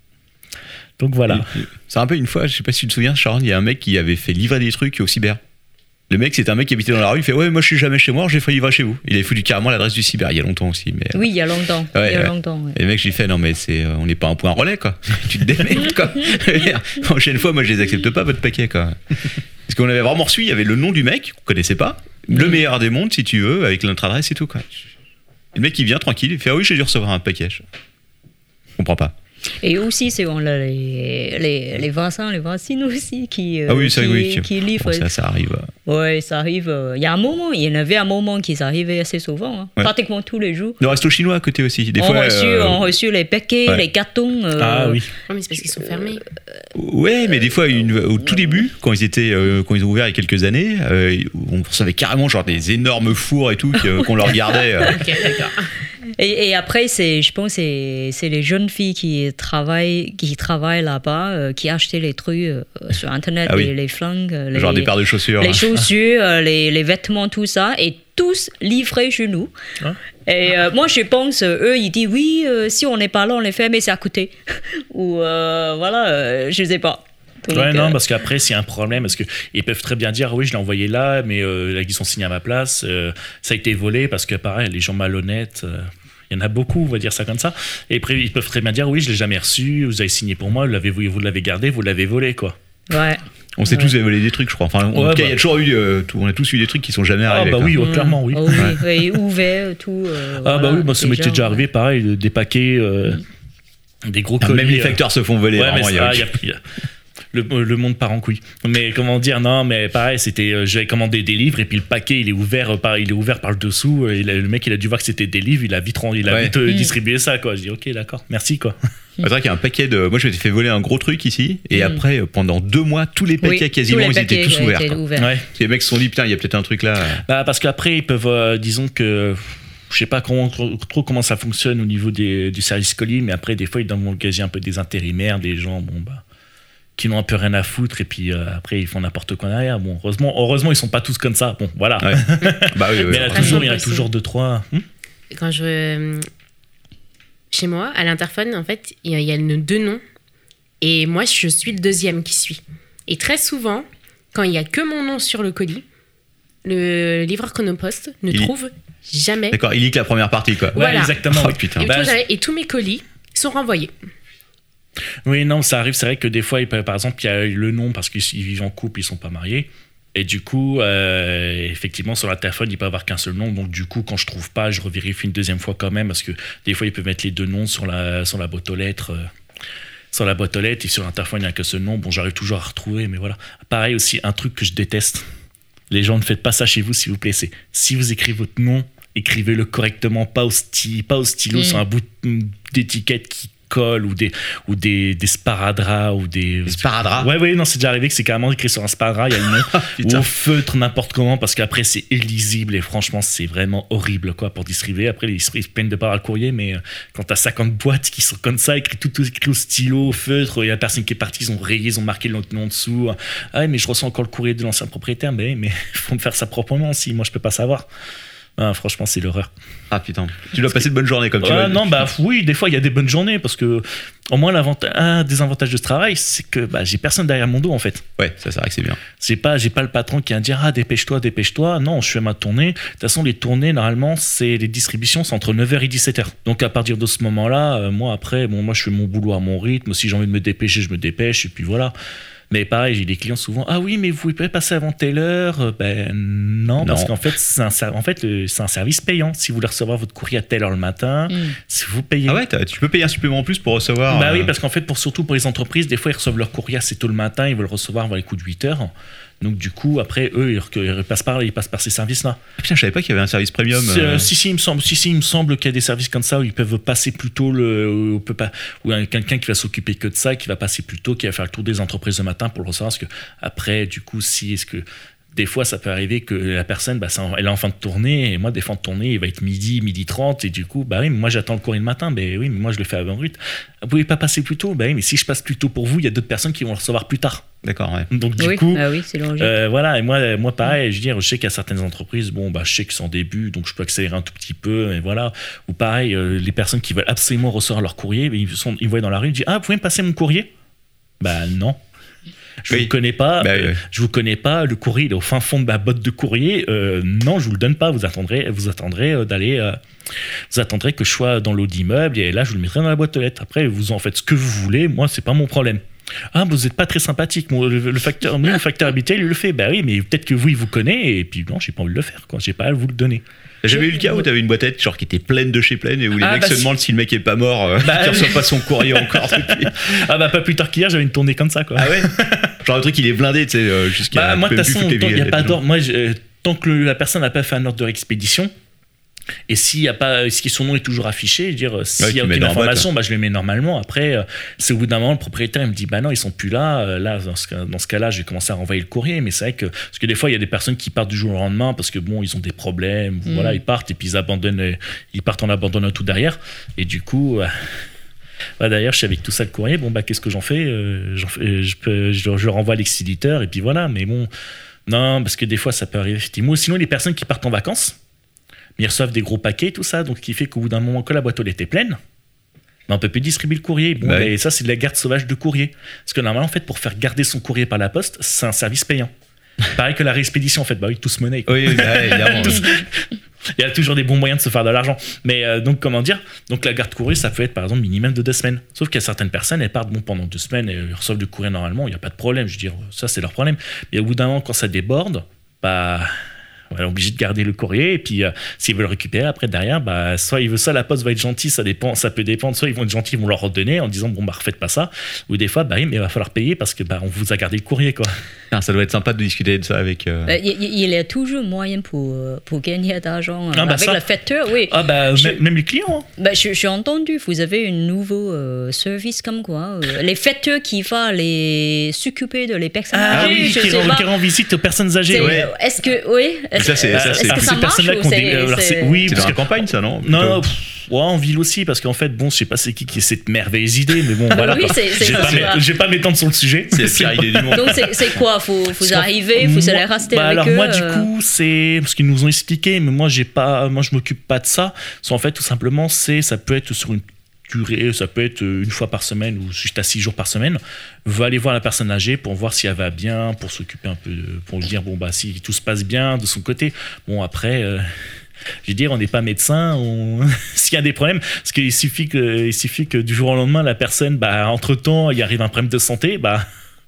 Donc voilà. Et, c'est un peu une fois, je sais pas si tu te souviens, Sharon, il y a un mec qui avait fait livrer des trucs au cyber. Le mec, c'était un mec qui habitait dans la rue, il fait ouais, moi je suis jamais chez moi, j'ai fait livrer chez vous. Il avait foutu carrément l'adresse du cyber il y a longtemps aussi. Mais, oui, il y a longtemps. Ouais, il y a ouais. longtemps. Ouais. Et le mec, j'ai fait non, mais c'est, euh, on n'est pas un point relais, quoi. Tu te démerdes, quoi. La prochaine fois, moi je les accepte pas, votre paquet, quoi. Parce qu'on avait vraiment reçu, il y avait le nom du mec, qu'on connaissait pas, le meilleur des mondes, si tu veux, avec notre adresse et tout, quoi. Et le mec, il vient tranquille, il fait ah oui, j'ai dû recevoir un paquet. Je comprends pas. Et aussi, c'est on a les, les, les Vincent, les Vincines aussi qui, ah oui, ça, qui, oui, qui livrent. Ça, ça arrive. Oui, ça arrive. Il y a un moment, il y en avait un moment qui arrivait assez souvent, hein, ouais. pratiquement tous les jours. Le resto chinois à côté aussi. Des on, fois, reçu, euh... on reçu les paquets, ouais. les cartons. Euh, ah oui. Non, mais c'est parce qu'ils sont fermés. Euh, ouais, mais des fois, une, au tout début, quand ils étaient, euh, quand ils ont ouvert il y a quelques années, euh, on recevait carrément genre des énormes fours et tout qu'on leur gardait. Euh. Ok, d'accord. Et, et après, c'est, je pense, c'est, c'est les jeunes filles qui travaillent, qui travaillent là-bas, euh, qui achetaient les trucs euh, sur Internet, ah oui. les, les flingues, les, genre des paires de chaussures, les chaussures, euh, les, les vêtements, tout ça, et tous livrés chez nous. Hein? Et euh, moi, je pense, eux, ils disent oui, euh, si on n'est pas là, on les fait, mais c'est à côté. Ou euh, voilà, euh, je sais pas. Donc, ouais, non, euh... parce qu'après, s'il y a un problème, parce qu'ils peuvent très bien dire oui, je l'ai envoyé là, mais euh, là, ils sont signés à ma place, euh, ça a été volé, parce que pareil, les gens malhonnêtes. Euh... Il y en a beaucoup, on va dire ça comme ça. Et après, ils peuvent très bien dire oui, je l'ai jamais reçu, vous avez signé pour moi, vous l'avez, vous l'avez gardé, vous l'avez volé, quoi. Ouais. On s'est ouais. tous volé des trucs, je crois. Enfin, en ouais, tout cas, il bah. y a toujours eu, euh, tout, on a tous eu des trucs qui sont jamais arrivés. Ah bah quoi. oui, mmh. clairement, oui. Oh, oui, ouais. oui, ouvert, tout. Euh, ah voilà, bah oui, moi, ça m'était déjà ouais. arrivé, pareil, des paquets, euh, mmh. des gros ah, colis. Même les facteurs euh... se font voler. Ouais, vraiment, mais y a ça, y a, y a... Le, le monde part en couille. Mais comment dire, non, mais pareil, c'était, euh, j'avais commandé des livres et puis le paquet, il est ouvert par, il est ouvert par le dessous. Et le mec, il a dû voir que c'était des livres, il a vite, il a ouais. vite euh, mmh. distribué ça, quoi. Je dis, ok, d'accord, merci, quoi. C'est vrai qu'il y a un paquet de. Moi, je m'étais fait voler un gros truc ici, et mmh. après, pendant deux mois, tous les paquets oui, quasiment, les ils paquets étaient tous ouverts. Étaient ouverts. Ouais. Les mecs se sont dit, putain, il y a peut-être un truc là. Bah, parce qu'après, ils peuvent, euh, disons que. Je sais pas comment, trop comment ça fonctionne au niveau des, du service colis, mais après, des fois, ils doivent engager un peu des intérimaires, des gens, bon, bah. qui n'ont un peu rien à foutre, et puis euh, après ils font n'importe quoi derrière. Bon, heureusement, heureusement ils sont pas tous comme ça. Bon, voilà. Ouais. bah oui, oui, mais il y en a toujours, il y en a toujours deux trois. Hmm Quand je euh, chez moi à l'interphone, en fait, il y, y a le, deux noms, et moi je suis le deuxième qui suit. Et très souvent, quand il y a que mon nom sur le colis, le livreur Chronopost ne il... trouve jamais. D'accord, il lit que la première partie, quoi. Voilà. Ouais, exactement. Oh, putain. Et, bah, et tous mes colis sont renvoyés. Oui, non, ça arrive. C'est vrai que des fois, il peut, par exemple, il y a le nom parce qu'ils vivent en couple, ils sont pas mariés. Et du coup, euh, effectivement, sur la téléphone, il peut avoir qu'un seul nom. Donc, du coup, quand je trouve pas, je revérifie une deuxième fois quand même, parce que des fois, ils peuvent mettre les deux noms sur la, sur la boîte aux lettres. Euh, sur la boîte aux lettres, et sur l'interphone, il n'y a que ce nom. Bon, j'arrive toujours à retrouver, mais voilà. Pareil aussi, un truc que je déteste. Les gens, ne faites pas ça chez vous, s'il vous plaît. C'est si vous écrivez votre nom écrivez-le correctement, pas au, sti- pas au stylo Mm. sur un bout d'étiquette qui colle ou des, ou des, des sparadraps ou des... Des sparadraps. Ouais, ouais, non, c'est déjà arrivé que c'est carrément écrit sur un sparadrap, il y a le nom. Putain. Ou au feutre, n'importe comment, parce qu'après, c'est illisible et franchement, c'est vraiment horrible, quoi, pour distribuer. Après, ils se ils se plaignent de pas avoir le courrier, mais euh, quand t'as cinquante boîtes qui sont comme ça, écrit tout, tout écrit au stylo, au feutre, il y a la personne qui est partie, ils ont rayé, ils ont marqué le nom en dessous. Ah ouais, mais je reçois encore le courrier de l'ancien propriétaire, mais mais faut me faire ça proprement aussi, moi, je peux pas savoir. Ah, franchement, c'est l'horreur. Ah putain, tu dois passer de bonnes journées comme tu Ah, l'as dit. non, bah oui, des fois il y a des bonnes journées parce que au moins l'avanta- un des avantages de ce travail, c'est que bah, j'ai personne derrière mon dos en fait. Ouais, ça c'est vrai que c'est bien. J'ai pas, j'ai pas le patron qui vient dire ah dépêche-toi, dépêche-toi. Non, je fais ma tournée. De toute façon, les tournées normalement, c'est les distributions, c'est entre neuf heures et dix-sept heures. Donc à partir de ce moment-là, euh, moi après, bon moi je fais mon boulot à mon rythme. Si j'ai envie de me dépêcher, je me dépêche et puis voilà. Mais pareil, j'ai des clients souvent. Ah oui, mais vous pouvez passer avant telle heure. Euh, Ben non, Non. parce qu'en fait, c'est un, ser- en fait, le- c'est un service payant. Si vous voulez recevoir votre courrier à telle heure le matin, Mm. si vous payez. Ah ouais, t'as- tu peux payer un supplément en plus pour recevoir. Bah euh, oui, parce qu'en fait, pour, surtout pour les entreprises, des fois, ils reçoivent leur courrier assez tôt le matin, ils veulent le recevoir vers les coups de huit heures. Donc, du coup, après, eux, ils, ils passent par, ils passent par ces services-là. Putain, je savais pas qu'il y avait un service premium. Si, euh, euh, si, si, il me semble, si, si, il me semble qu'il y a des services comme ça où ils peuvent passer plus tôt, le, où, on peut pas, où il y a quelqu'un qui va s'occuper que de ça, qui va passer plus tôt, qui va faire le tour des entreprises le matin pour le recevoir. Parce que, après, du coup, si, est-ce que. Des fois, ça peut arriver que la personne, bah, ça, elle est en fin de tournée, et moi, des fins de tournée, il va être midi, midi trente, et du coup, bah oui, mais moi, j'attends le courrier le matin, mais oui, mais moi, je le fais avant rythme. Vous pouvez pas passer plus tôt? Bah oui, mais si je passe plus tôt pour vous, il y a d'autres personnes qui vont le recevoir plus tard. D'accord, ouais. Donc, du oui, coup, ah oui, c'est logique. euh, voilà, et moi, moi pareil, je veux dire, je sais qu'il y a certaines entreprises, bon, bah, je sais que c'est en début, donc je peux accélérer un tout petit peu, et voilà. Ou pareil, euh, les personnes qui veulent absolument recevoir leur courrier, ils, sont, ils voient dans la rue, ils disent ah, vous pouvez me passer mon courrier? Bah non. Je Oui. vous connais pas, Bah, euh, oui. je vous connais pas, le courrier il est au fin fond de ma botte de courrier, euh, non, je vous le donne pas, vous attendrez, vous attendrez euh, d'aller, euh, vous attendrez que je sois dans l'eau d'immeuble, et là je vous le mettrai dans la boîte aux lettres. Après, vous en faites ce que vous voulez, moi c'est pas mon problème. Ah, vous êtes pas très sympathique. Moi, le, le facteur, lui, le facteur habituel, il le fait. Bah oui, mais peut-être que vous, il vous connaît, et puis non, j'ai pas envie de le faire, quoi. J'ai pas à vous le donner. J'avais eu le cas où t'avais une boîte à lettres genre qui était pleine de chez pleine et où les Ah, mecs bah, se si. demandent si le mec est pas mort, euh, Bah, qu'il reçoit pas son courrier encore depuis. Ah bah pas plus tard qu'hier, j'avais une tournée comme ça, quoi. Ah ouais. Genre le truc il est blindé, tu sais, euh, jusqu'à. Bah, moi, de même toute plus façon, foutre les il n'y a billets, pas les d'ordre. Moi, je- euh, tant que le- la personne n'a pas fait un ordre de réexpédition, et s'il y a pas, si son nom est toujours affiché, je veux dire, s'il Ouais, n'y a tu mets aucune dans la boîte, information, bah, je le mets normalement. Après, euh, c'est au bout d'un moment, le propriétaire il me dit, bah non, ils sont plus là. Euh, Là, dans ce, cas- dans ce cas-là, je vais commencer à renvoyer le courrier. Mais c'est vrai que, parce que des fois, il y a des personnes qui partent du jour au lendemain parce que bon, ils ont des problèmes. Mm. Voilà, ils partent et puis ils abandonnent, euh, ils partent en abandonnant tout derrière. Et du coup. euh, Bah d'ailleurs, je suis avec tout ça le courrier. Bon, bah, qu'est-ce que j'en fais, euh, j'en fais je, peux, je, je le renvoie à l'expéditeur et puis voilà. Mais bon, non, parce que des fois, ça peut arriver effectivement. Ou sinon, les personnes qui partent en vacances, mais ils reçoivent des gros paquets, tout ça. Donc, ce qui fait qu'au bout d'un moment, que la boîte aux lettres est pleine, bah, on peut plus distribuer le courrier. Bon, Bah bah, oui. et ça, c'est de la garde sauvage de courrier. Parce que normalement, en fait, pour faire garder son courrier par la poste, c'est un service payant. Pareil que la réexpédition, en fait. Bah oui, tous monnaie. quoi. Oui, oui, bah, évidemment. Il y a toujours des bons moyens de se faire de l'argent. Mais euh, donc, comment dire? Donc, la garde courrier, ça peut être par exemple minimum de deux semaines. Sauf qu'il y a certaines personnes, elles partent bon, pendant deux semaines et ils reçoivent du courrier normalement, il n'y a pas de problème. Je veux dire, ça, c'est leur problème. Mais au bout d'un moment, quand ça déborde, bah. On est obligé de garder le courrier et puis euh, s'ils veulent le récupérer après derrière, bah, soit ils veulent ça, la poste va être gentille, ça dépend, ça peut dépendre, soit ils vont être gentils, ils vont leur redonner en disant bon bah refaites pas ça, ou des fois bah oui mais il va falloir payer parce que bah on vous a gardé le courrier quoi. Putain, ça doit être sympa de discuter de ça avec. euh, Euh, Il il y a toujours moyen pour, pour gagner d'argent euh, Ah, bah, avec ça. le facteur, oui. Ah bah Je- même, même les clients. Hein. Bah, je- j'ai entendu, vous avez un nouveau euh, service comme quoi, euh, les facteurs qui vont les s'occuper de les personnes Ah âgées, oui, je qui sais rend, pas. qui rend visite aux personnes âgées. C'est- Ouais. Est-ce que, oui, est-ce Ça, c'est- que- ça, est-ce c'est- que alors, ça ces marche personnes-là ou qui ont c'est- des- alors, c'est- c'est- oui, C'est parce dans la que- campagne, ça, non Non, non, Plutôt. pff, ouais, en ville aussi, parce qu'en fait, bon, je sais pas c'est qui qui a cette merveilleuse idée, mais bon, voilà. Oui, quoi. c'est- c'est Je vais ça, pas c'est m'é- vrai. je vais pas m'étendre sur le sujet. C'est la pire idée du monde. Donc c'est c'est quoi, faut, faut Parce qu'en- arriver, faut moi- aller rester bah avec alors eux. moi du euh, coup c'est parce qu'ils nous ont expliqué mais moi j'ai pas moi je m'occupe pas de ça. C'est en fait tout simplement c'est ça peut être sur une durée, ça peut être une fois par semaine ou juste à six jours par semaine. Va aller voir la personne âgée pour voir si elle va bien, pour s'occuper un peu, de- pour lui dire bon bah si tout se passe bien de son côté. Bon après. Euh, Je veux dire, on n'est pas médecin. On... S'il y a des problèmes, parce qu'il suffit que, il suffit que du jour au lendemain, la personne, bah, entre temps, il arrive un problème de santé, bah,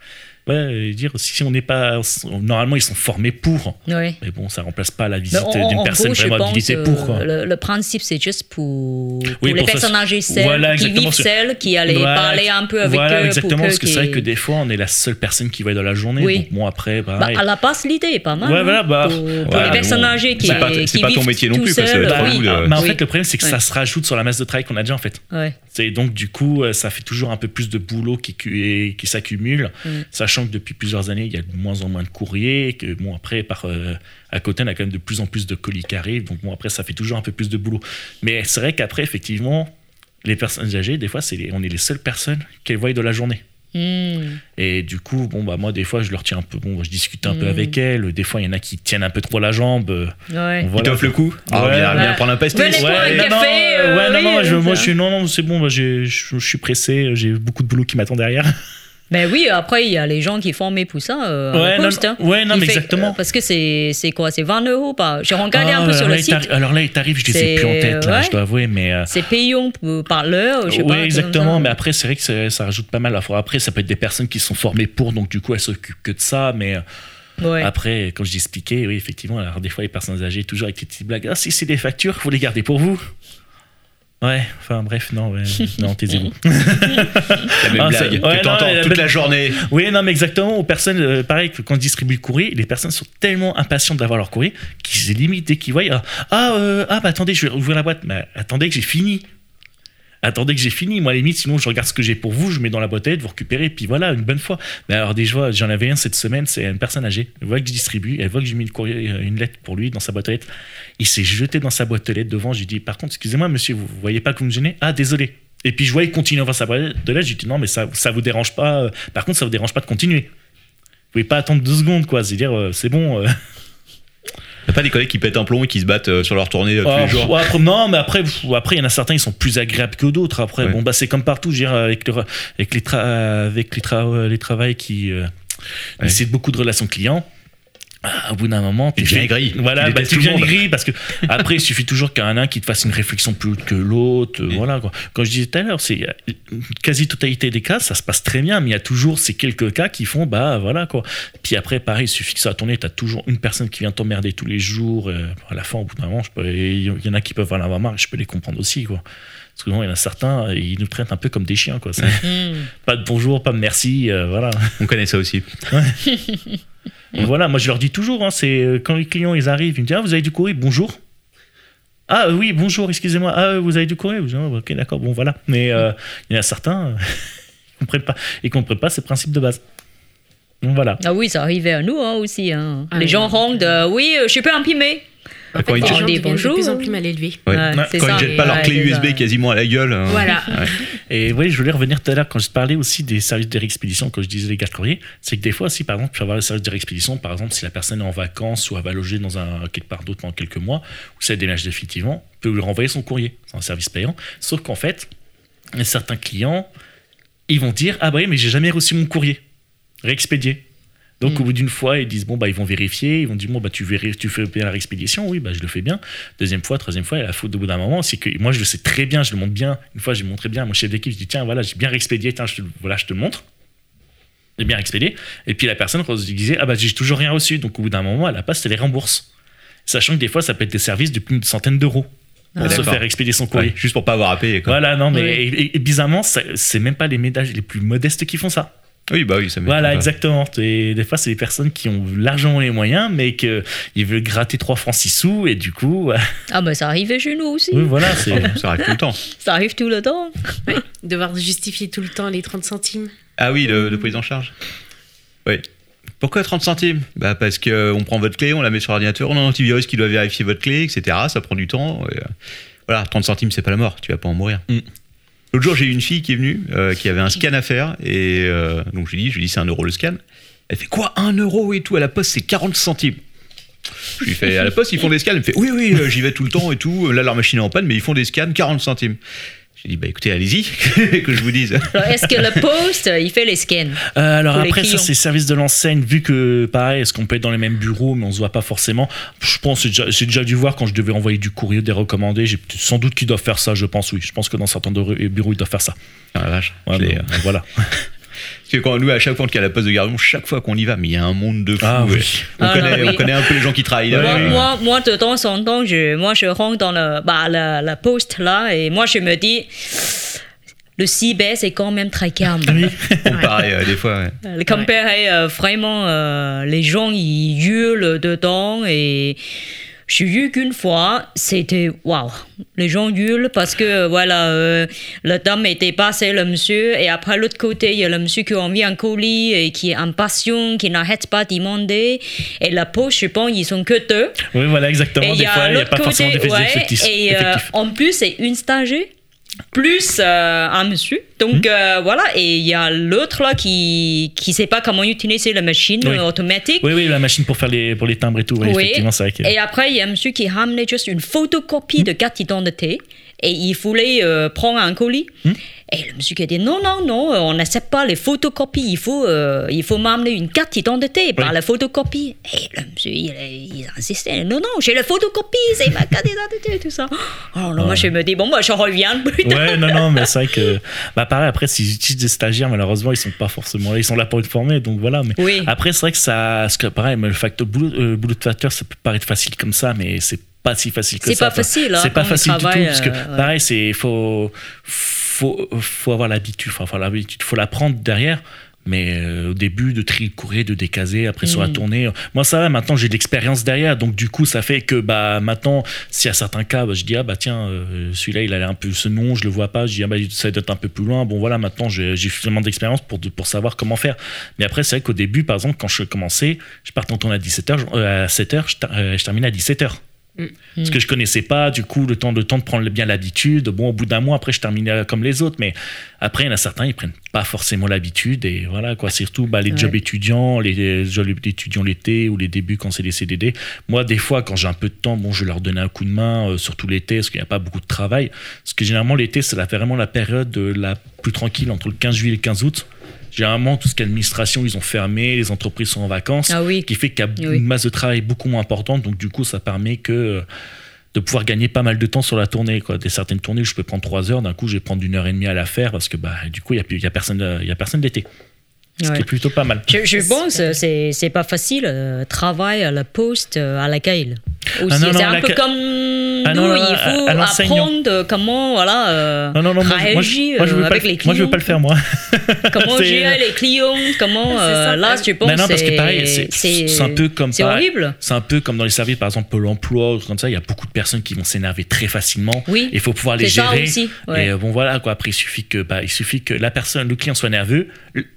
Ouais, dire si on n'est pas, normalement ils sont formés pour, Ouais. mais bon, ça remplace pas la visite Mais en- d'une en personne gros, je vraiment pense, habilitée euh, pour. Quoi. Le, le principe, c'est juste pour, pour Oui, les pour ça, personnes âgées seules, voilà, qui exactement, vivent c'est- seules, qui allaient Voilà, parler un peu avec voilà, eux. exactement, pour parce que qu'ils- c'est vrai que des fois on est la seule personne qui va dans la journée. Oui. Donc bon après, Bah, pareil. à la base, l'idée est pas mal. Ouais, hein, voilà, bah, pour pour ouais, les mais personnes bon, âgées qui, c'est pas- qui c'est pas ton vivent métier non tout plus, quoi, ça seuls, va être oui. relou de- Ah, mais en Oui. fait, le problème, c'est que Ouais. ça se rajoute sur la masse de travail qu'on a déjà, en fait. Ouais. C'est donc, du coup, euh, ça fait toujours un peu plus de boulot qui, qui, qui s'accumule, Mm. sachant que depuis plusieurs années, il y a de moins en moins de courriers, et que, bon, après, par, euh, à côté, on a quand même de plus en plus de colis qui arrivent, donc, bon, après, ça fait toujours un peu plus de boulot. Mais c'est vrai qu'après, effectivement, les personnes âgées, des fois, c'est les- on est les seules personnes qu'elles voient de la journée. Mm. Et du coup, bon, bah, moi, des fois, je leur tiens un peu, bon, je discute un peu Mm. avec elles, des fois, il y en a qui tiennent un peu trop la jambe. euh, Ouais. Il voilà. t'offre le coup. Ah, Ouais. viens, viens Ouais. prendre un pastis. Venez prendre un non, café, non, euh, ouais, non, oui, non, je, euh, moi ça. je suis, non, non, c'est bon, bah, j'ai- je, je suis pressé, j'ai beaucoup de boulot qui m'attend derrière. Ben oui, après, il y a les gens qui formés pour ça euh, à Ouais, la poste. non, hein. ouais, non, Il mais fait- exactement. euh, parce que c'est c'est quoi C'est vingt euros par. J'ai regardé Ah, un peu sur alors le là, il site. t'arrive- Alors là, il t'arrive, je les ai C'est- plus en tête, là, ouais. je dois avouer, mais. euh, C'est payant pour- par l'heure, je sais Oui, pas. exactement, mais mais après, c'est vrai que c'est- ça rajoute pas mal. Alors, après, ça peut être des personnes qui sont formées pour, donc du coup, elles s'occupent que de ça, mais. euh, Ouais. Après, comme je l'expliquais, oui, effectivement, alors des fois, les personnes âgées, toujours avec des petites blagues. Ah, si c'est des factures, faut les garder pour vous. Ouais, enfin bref, non, ouais, non, taisez-vous. La même Ah, blague ça- que ouais, t'entends non, la toute même- la journée. Oui, non, mais exactement, aux personnes, euh, pareil, que quand je distribue le courrier, les personnes sont tellement impatientes d'avoir leur courrier qu'ils limitent dès qu'ils voient, ah, ah, euh, ah, bah attendez, je vais ouvrir la boîte, mais attendez que j'ai fini. Attendez que j'ai fini, moi à la limite, sinon je regarde ce que j'ai pour vous, je mets dans la boîte aux lettres, vous récupérez, puis voilà, une bonne fois. Mais alors des fois, j'en avais un cette semaine, c'est une personne âgée, elle voit que je distribue, elle voit que j'ai mis le courrier, une lettre pour lui dans sa boîte aux lettres, il s'est jeté dans sa boîte aux lettres devant, j'ai dit, par contre, excusez-moi monsieur, vous, vous voyez pas que vous me gênez? Ah, désolé. Et puis je vois, il continue vers sa boîte de lettres, j'ai dit, non, mais ça, ça vous dérange pas, euh, par contre, ça vous dérange pas de continuer. Vous pouvez pas attendre deux secondes, quoi, c'est-à-dire, euh, c'est bon. euh, T'as pas des collègues qui pètent un plomb et qui se battent euh, sur leur tournée euh, tous Ah, les jours. ouais, après, non, mais après, pff, après, il y en a certains, ils sont plus agréables que d'autres. Après, Ouais. bon, bah, c'est comme partout, je veux dire, avec, le, avec les, tra- avec les, tra- les travails qui euh, Ouais. nécessitent beaucoup de relations clients. Ah, au bout d'un moment, Tu deviens aigri. Voilà, Tu bah, détestes tu tout le deviens monde. aigri parce que après, il suffit toujours qu'il y en ait un qui te fasse une réflexion plus haute que l'autre. euh, Oui. Voilà, quoi. Quand je disais tout à l'heure, c'est euh, quasi-totalité des cas, ça se passe très bien, mais il y a toujours ces quelques cas qui font, bah voilà, quoi. Puis après, pareil, il suffit que ça tourne, t'as toujours une personne qui vient t'emmerder tous les jours. euh, à la fin, au bout d'un moment, je peux- il y en a qui peuvent en avoir marre, et je peux les comprendre aussi, quoi. Parce que non, il y en a certains, ils nous traitent un peu comme des chiens, quoi. C'est Mm. pas de bonjour, pas de merci, euh, voilà. On connaît ça aussi. Donc voilà, moi je leur dis toujours, hein, c'est euh, quand les clients ils arrivent, ils me disent, ah, vous avez du courrier, bonjour. Ah euh, oui, bonjour, excusez-moi. Ah, euh, vous avez du courrier. Je dis, oh, ok, d'accord, bon voilà. Mais euh, il y en a certains, euh, ils comprennent pas, ils comprennent pas ces principes de base. Donc voilà. Ah oui, ça arrivait à nous hein, aussi. Hein. Ah les oui. gens rendent, euh, oui, euh, je peux imprimer. En Quand fait, ils les jettent- gens Des deviennent de bonjours. plus en plus mal élevés. Ouais. Ouais, Ouais. c'est Quand ça. ils jettent pas leur Ouais, clé c'est U S B ça. quasiment à la gueule. euh, Voilà. Et oui, je voulais revenir tout à l'heure quand je parlais aussi des services de réexpédition, quand je disais les gars de courrier, c'est que des fois aussi, par exemple, tu vas avoir les services de réexpédition, par exemple, si la personne est en vacances ou elle va loger dans un, quelque part d'autre pendant quelques mois, ou si elle déménage définitivement, peut lui renvoyer son courrier. C'est un service payant. Sauf qu'en fait, certains clients, ils vont dire, ah bah oui, mais j'ai jamais reçu mon courrier réexpédié. Donc, Mm. au bout d'une fois, ils disent, bon, bah, ils vont vérifier, ils vont dire, bon, bah, tu, véri- tu fais bien la réexpédition, oui, bah, je le fais bien. Deuxième fois, troisième fois, et la faute au bout d'un moment, c'est que moi, je le sais très bien, je le montre bien. Une fois, j'ai montré bien à mon chef d'équipe, je dis, tiens, voilà, j'ai bien réexpédié, tiens, je te, voilà, je te le montre. J'ai bien réexpédié. Et puis, la personne, quand je disais, ah, bah, j'ai toujours rien reçu. Donc, au bout d'un moment, à la passe, elle les rembourse. Sachant que des fois, ça peut être des services de plus d'une centaine d'euros pour Ah, se d'accord. faire expédier son courrier. Ouais, juste pour pas avoir à payer. Quoi. Voilà, non, mais Oui. et, et- et bizarrement, ça- c'est même pas les ménages les plus modestes qui font ça. Oui, bah oui, ça m'étonne Voilà, pas. exactement. Et des fois, c'est des personnes qui ont largement les moyens, mais qu'ils veulent gratter trois francs six sous, et du coup, euh, Ah ben ça arrivait chez nous aussi. oui, voilà, c'est. Oh, ça arrive tout le temps. Ça arrive tout le temps. Devoir justifier tout le temps les trente centimes. Ah oui, le, le prise en charge. Oui. Pourquoi trente centimes? Bah parce qu'on prend votre clé, on la met sur l'ordinateur, on a un antivirus qui doit vérifier votre clé, et cetera. Ça prend du temps. Et, euh, voilà, trente centimes, c'est pas la mort, tu vas pas en mourir. Mm. L'autre jour, j'ai eu une fille qui est venue, euh, qui avait un scan à faire, et euh, donc je lui dis, je lui dis, c'est un euro le scan. Elle fait quoi, un euro et tout? À la poste, c'est quarante centimes. Je lui fais, à la poste, ils font des scans. Elle me fait, oui, oui, euh, j'y vais tout le temps et tout. Là, leur machine est en panne, mais ils font des scans, quarante centimes. J'ai dit, bah écoutez, allez-y, que je vous dise. Alors, est-ce que le poste, il fait les scans? Euh, alors Pour les après, ça, clients. c'est service de l'enseigne. Vu que, pareil, est-ce qu'on peut être dans les mêmes bureaux, mais on se voit pas forcément. Je pense, j'ai déjà, j'ai déjà dû voir quand je devais envoyer du courrier, des recommandés. J'ai sans doute qu'ils doivent faire ça, je pense, oui. Je pense que dans certains de- bureaux, ils doivent faire ça. Ah la vache. Ouais, je l'ai, mais, euh, voilà. Parce que quand nous, à chaque fois qu'il y a la poste de Gare de Lyon, chaque fois qu'on y va, mais il y a un monde de fous. Ah, oui. ouais. on, Ah, connaît, non, oui. on connaît un peu les gens qui travaillent là. Moi, Ouais. moi, moi, de temps en temps, je, moi, je rentre dans le, bah, la, la poste là et moi, je me dis, le cyber, c'est quand même très calme. Comparé euh, des fois. Ouais. Euh, Comparé, euh, vraiment, euh, les gens, ils hurlent dedans et j'ai vu qu'une fois, c'était waouh. Les gens hurlent parce que, voilà, euh, la dame était passée, le monsieur, et après, l'autre côté, il y a le monsieur qui a envie un colis et qui est impatient, qui n'arrête pas de demander. Et la poste, je pense, ils sont que deux. Oui, voilà, exactement. Et Des fois, il n'y a pas forcément d'effectifs. ouais, effectifs. et euh, effectifs. en plus, c'est une stagiaire plus euh, un monsieur. Donc Hmm. euh, voilà, et il y a l'autre là qui qui sait pas comment utiliser la machine Oui. euh, automatique. Oui, oui, la machine pour faire les, pour les timbres et tout. Oui, Oui. effectivement, c'est vrai que... Et après, il y a un monsieur qui ramenait juste une photocopie de carte d'identité et il voulait euh, prendre un colis. Hmm. Et le monsieur qui a dit non, non, non, on n'accepte pas les photocopies, il faut, euh, il faut m'amener une carte d'identité par Oui. la photocopie. Et le monsieur, il, il insistait, non, non, j'ai la photocopie, c'est ma carte d'identité, tout ça. Alors là, moi, je me dis, bon, bah, je reviens plus tard. Ouais, non, non, mais c'est vrai que. Bah, pareil, après, s'ils utilisent des stagiaires, malheureusement, ils sont pas forcément là. Ils sont là pour être formés, donc voilà. Mais Oui. après, c'est vrai que ça. Parce que pareil, mais le facteur boulot, euh, boulot de facteur, ça peut paraître facile comme ça, mais c'est pas si facile que C'est ça. pas facile, hein, C'est pas quand on facile du tout, travaille, parce que euh, ouais. pareil, c'est. Faut, faut, faut avoir l'habitude, faut avoir l'habitude, faut l'apprendre derrière. Mais euh, au début, de trier le courrier, de décaser, après sur la Mm. tournée. Moi, ça va, maintenant j'ai de l'expérience derrière. Donc, du coup, ça fait que bah, maintenant, s'il y a certains cas, bah, je dis, ah bah tiens, euh, celui-là, il a l'air un peu ce nom, je le vois pas. Je dis, ah bah ça doit être un peu plus loin. Bon, voilà, maintenant j'ai j'ai suffisamment d'expérience pour, pour savoir comment faire. Mais après, c'est vrai qu'au début, par exemple, quand je commençais, je partais en tournée à dix-sept heures, euh, à sept heures, je, ter- euh, je terminais à dix-sept heures. Parce que je connaissais pas, du coup, le temps, le temps de prendre bien l'habitude. Bon, au bout d'un mois, après, je terminais comme les autres. Mais après, il y en a certains, ils prennent pas forcément l'habitude. Et voilà, quoi. Surtout, bah, les Ouais. jobs étudiants, les, les jobs étudiants l'été ou les débuts quand c'est des C D D. Moi, des fois, quand j'ai un peu de temps, bon, je vais leur donner un coup de main, euh, surtout l'été, parce qu'il n'y a pas beaucoup de travail. Parce que généralement, l'été, c'est la- vraiment la période euh, la plus tranquille entre le quinze juillet et le quinze août. Généralement, tout ce qui est administration, ils ont fermé, les entreprises sont en vacances. Ah oui. Ce qui fait qu'il y a Oui. une masse de travail beaucoup moins importante. Donc, du coup, ça permet que euh, de pouvoir gagner pas mal de temps sur la tournée, quoi. Des certaines tournées où je peux prendre trois heures, d'un coup, je vais prendre une heure et demie à la faire parce que bah, du coup, il n'y a, il y a personne, euh, il y a personne d'été. Ce Ouais. qui est plutôt pas mal. Je, je pense que c'est, c'est pas facile, euh, travail à la poste, euh, à l'accueil. Aussi, Ah non, non, c'est à un peu l'accueil- comme Ah nous, non, non, il à- faut à l'enseignant. apprendre comment voilà, euh, Non, non, non, moi, je- moi, je- réagir moi, je veux euh, pas avec le- les clients. moi, je veux pas le faire, moi. Comment C'est- gérer les clients, comment... C'est euh, ça. là, je pense Mais non, parce que c'est- pareil, c'est- c'est un peu comme C'est pareil. horrible. C'est un peu comme dans les services, par exemple, Pôle emploi, ou comme ça, il y a beaucoup de personnes qui vont s'énerver très facilement. Oui, Il faut pouvoir les c'est ça gérer. aussi, ouais. Et euh, bon, voilà, quoi. Après, il suffit que, bah, il suffit que la personne, le client soit nerveux,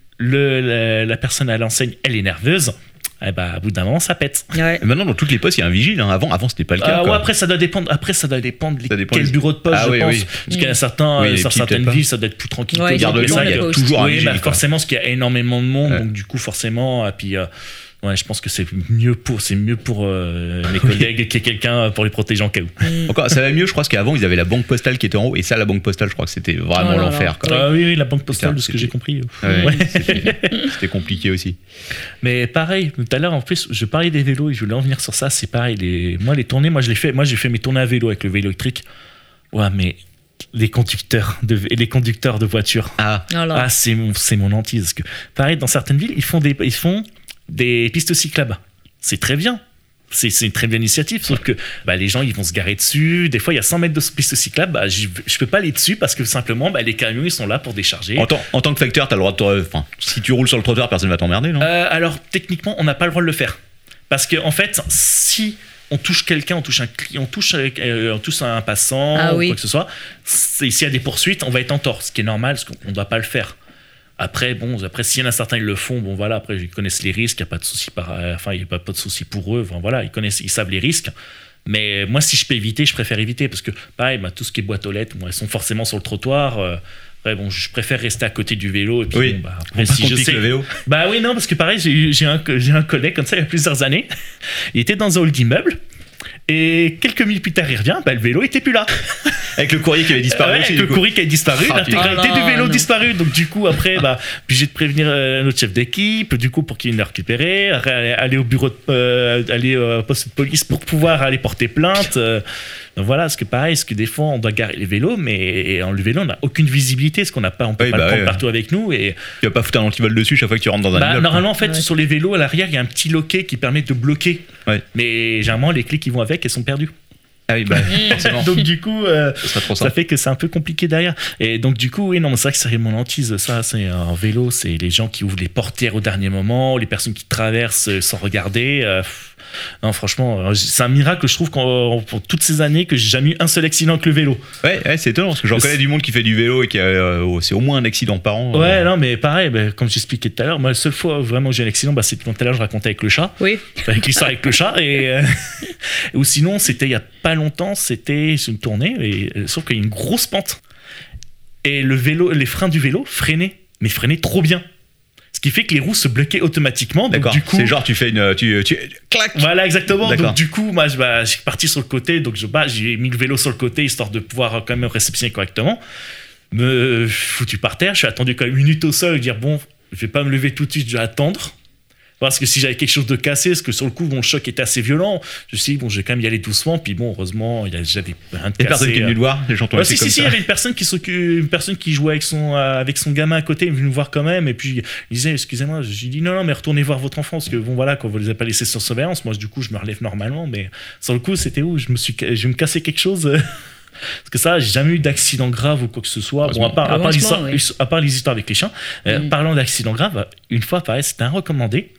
le, la, la personne à l'enseigne, elle est nerveuse. Et bah, à bout d'un moment, ça pète. Ouais. Et maintenant, dans toutes les postes, il y a un vigile. hein. Avant, avant c'était pas le cas. Euh, quoi. ouais, après, ça doit dépendre. Après, ça doit dépendre. Ça dépend quel des- bureau de poste, Ah je oui, pense. oui. Parce qu'il y en a certains, Oui, euh, les sur petits, certaines peut-être pas. villes, ça doit être plus tranquille. Ouais, que ils Gare de ont d'autres. Lyon, besoin il y a de poste. toujours un Oui, vigile. bah, quoi. forcément, parce qu'il y a énormément de monde, Ouais. donc du coup, forcément, et puis, euh, ouais, je pense que c'est mieux pour, c'est mieux pour euh, mes collègues qu'il y ait quelqu'un pour les protéger en cas où. Encore, ça va mieux, je crois, parce qu'avant, ils avaient la banque postale qui était en haut. Et ça, la banque postale, je crois que c'était vraiment Oh là l'enfer. là. quoi. Ah oui, oui, la banque postale, Putain, de ce que c'était- j'ai compris. Ouais, Ouais. C'était c'était compliqué aussi. Mais pareil, tout à l'heure, en plus, je parlais des vélos et je voulais en venir sur ça. C'est pareil, les, moi, les tournées, moi, je l'ai fait, moi, j'ai fait mes tournées à vélo avec le vélo électrique. Ouais, mais les conducteurs de, les conducteurs de voitures. Ah, Voilà. Ah, c'est mon, c'est mon hantise. Parce que, pareil, dans certaines villes, ils font des, ils font des pistes cyclables. C'est très bien. C'est, c'est une très bonne initiative. Sauf que bah, les gens, ils vont se garer dessus. Des fois, il y a cent mètres de piste cyclable. Bah, j'y- je peux pas aller dessus parce que simplement, bah, les camions, ils sont là pour décharger. en, tant, en tant que facteur, t'as le droit de. te- Enfin, si tu roules sur le trottoir, personne va t'emmerder, non Euh, alors, techniquement, on n'a pas le droit de le faire. Parce que, en fait, si on touche quelqu'un, on touche un client, on touche, euh, on touche un passant, Ah ou oui. quoi que ce soit, c'est- s'il y a des poursuites, on va être en tort. Ce qui est normal, parce qu'on ne doit pas le faire. Après, bon, après, s'il y en a certains, ils le font, bon, voilà, après, ils connaissent les risques, il n'y a pas de souci par, enfin, il n'y a pas, pas de souci pour eux, enfin, voilà, ils connaissent, ils savent les risques. Mais moi, si je peux éviter, je préfère éviter, parce que, pareil, bah, tout ce qui est boîte aux lettres, bon, elles sont forcément sur le trottoir. euh, après, bon, je préfère rester à côté du vélo. Et puis, Oui. bon, bah, après, Par si contre, je pique sais. le vélo. Bah oui, non, parce que pareil, j'ai, eu- j'ai, un, j'ai un collègue comme ça il y a plusieurs années. Il était dans un hall d'immeuble. Et quelques minutes plus tard, il revient, bah, le vélo était plus là. Avec le courrier qui avait disparu. Ouais, aussi, avec du le coup. courrier qui a disparu, Ah, l'intégralité putain. du vélo Ah, non. disparu. Donc du coup après, bah, obligé de prévenir euh, notre chef d'équipe, du coup pour qu'il vienne le récupérer, aller aller au bureau, de, euh, aller euh, au poste de police pour pouvoir aller porter plainte. euh. Donc voilà, parce que pareil, parce que des fois on doit garer les vélos, mais en le vélo on n'a aucune visibilité, parce qu'on n'a pas, on peut Oui, pas bah le prendre ouais. partout avec nous. Et Tu vas pas foutre un antivol dessus chaque fois que tu rentres dans un bah, immeuble. normalement en fait Ouais. sur les vélos à l'arrière il y a un petit loquet qui permet de bloquer. Ouais. Mais généralement les clés qui vont avec elles sont perdues. Ah oui, bah, forcément. Donc du coup. euh, Ce serait trop Ça simple. fait que c'est un peu compliqué derrière. Et donc, du coup, oui, non, mais c'est vrai que c'est mon hantise. Ça, c'est un vélo, c'est les gens qui ouvrent les portières au dernier moment, les personnes qui traversent sans regarder. Euh, pff, non, franchement, c'est un miracle, je trouve, qu'en- pour toutes ces années, que j'ai jamais eu un seul accident avec le vélo. Ouais, ouais, c'est étonnant parce que j'en connais du monde qui fait du vélo et qui a, euh, c'est au moins un accident par an. Ouais, euh. non, mais pareil, bah, comme j'expliquais tout à l'heure, moi, la seule fois où vraiment j'ai eu un accident, bah, c'était tout à l'heure, je racontais avec le chat. Oui. Avec l'histoire avec le chat. Et, euh, ou sinon, c'était il y a pas longtemps, c'était sur une tournée, et, euh, sauf qu'il y a une grosse pente. Et le vélo, les freins du vélo freinaient, mais freinaient trop bien. Ce qui fait que les roues se bloquaient automatiquement. Donc, D'accord. du coup, C'est genre tu fais une, tu, tu clac. voilà, exactement. D'accord. Donc, du coup, moi, je, bah, je suis parti sur le côté. Donc, je, bah, j'ai mis le vélo sur le côté histoire de pouvoir quand même réceptionner correctement. Me foutu par terre. Je suis attendu quand même une minute au sol et dire bon, je vais pas me lever tout de suite, je vais attendre. Parce que si j'avais quelque chose de cassé, parce que sur le coup, mon choc était assez violent, je me suis dit, bon, je vais quand même y aller doucement. Puis bon, heureusement, il y a- j'avais rien de Il y a personne cassé. qui est venu te voir, les gens t'ont Ouais, laissé si, comme si, si, il y ça. avait une personne qui s'occupe, une personne qui jouait avec son, euh, avec son gamin à côté, il est venu nous voir quand même, et puis il disait, excusez-moi, j'ai dit non, non, mais retournez voir votre enfant, parce que bon, voilà, quand vous les avez pas laissés sur surveillance, moi, du coup, je me relève normalement, mais sur le coup, c'était où je me suis, je vais me casser quelque chose. Parce que ça, j'ai jamais eu d'accident grave ou quoi que ce soit. Bon, à part, à part, les, Heureusement, histoires, à part les histoires avec les chiens, euh, Mm. parlant d'accident grave, une fois, pareil, c'était un recommandé.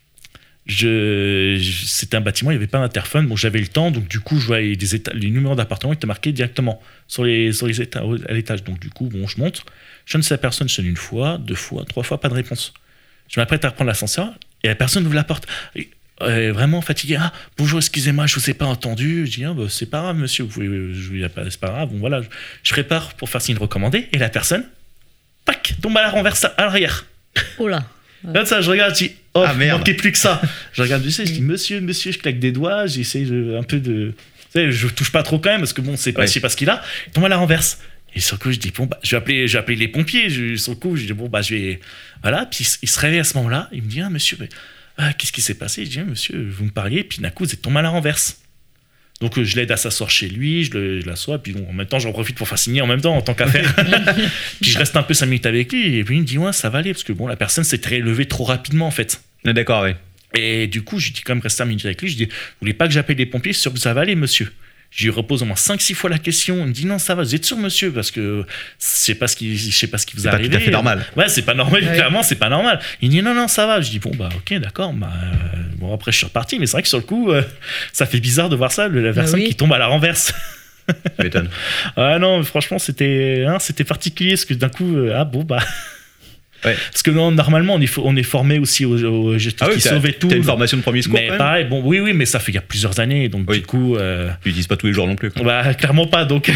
Je, je- c'était un bâtiment, il n'y avait pas d'interphone. Bon, j'avais le temps, donc du coup, je voyais des éta- les numéros d'appartements étaient marqués directement sur les, sur les éta- à l'étage. Donc du coup, bon, je monte. Je ne sais la personne, je sonne une fois, deux fois, trois fois, pas de réponse. Je m'apprête à reprendre l'ascenseur et la personne ouvre la porte. Et, euh, vraiment fatigué. Ah, bonjour, excusez-moi, je vous ai pas entendu. Je dis, ah, bah, c'est pas grave, monsieur, vous pouvez, je dis, pas, c'est pas grave. Bon, voilà, je, je prépare pour faire signe recommandé et la personne, pac, tombe à la renverse à l'arrière. Oh là. Là, ça, je regarde, je dis, oh, Ah, il merde. manquait plus que ça. Je regarde, tu sais, je dis, monsieur, monsieur, je claque des doigts, j'essaie de- un peu de. Tu sais, je touche pas trop quand même, parce que bon, c'est pas, Ouais. je sais pas ce qu'il a. Il tombe à la renverse. Et sur le coup, je dis, bon, bah, je vais appeler, je vais appeler les pompiers. Je, sur le coup, je dis, bon, bah, je vais. Voilà, puis il se réveille à ce moment-là. Il me dit, ah, monsieur, mais, ah, qu'est-ce qui s'est passé? Je dis, ah, monsieur, vous me parliez, puis d'un coup, vous êtes tombé à la renverse. Donc, euh, je l'aide à s'asseoir chez lui, je, le, je l'assois, puis bon, en même temps, j'en profite pour faire signer en même temps, en tant qu'affaire. Puis je reste un peu cinq minutes avec lui, et puis il me dit, ouais, ça va aller, parce que bon, la personne s'est relevée trop rapidement, en fait. Ah, d'accord, ouais. Et du coup, je dis quand même rester un minute avec lui. Je dis, vous voulez pas que j'appelle les pompiers? Je suis sûr que ça va aller, monsieur. Je lui repose au moins cinq six fois la question. Il me dit, non, ça va, vous êtes sûr, monsieur? Parce que je sais pas ce qui, je sais pas ce qui vous C'est est pas arrivé. tout à fait normal. Ouais, c'est pas normal, Ouais. clairement, c'est pas normal. Il dit, non, non, ça va. Je dis, bon, bah, ok, d'accord. Bah, euh, bon, après, je suis reparti. Mais c'est vrai que sur le coup, euh, ça fait bizarre de voir ça, le- la personne oui. qui tombe à la renverse. Tu m'étonnes. Ah non, franchement, c'était hein, c'était particulier parce que d'un coup, euh, ah bon, bah. Ouais. Parce que non, normalement, on est, fo- on est formé aussi aux, aux gestes Ah oui, qui t'as, sauvent et tout. t'as une formation de premier secours Mais quand même. pareil, bon, oui, oui, mais ça fait il y a plusieurs années, donc Oui. du coup, euh, Tu l'utilises pas tous les jours non plus. quoi. bah clairement pas. Donc,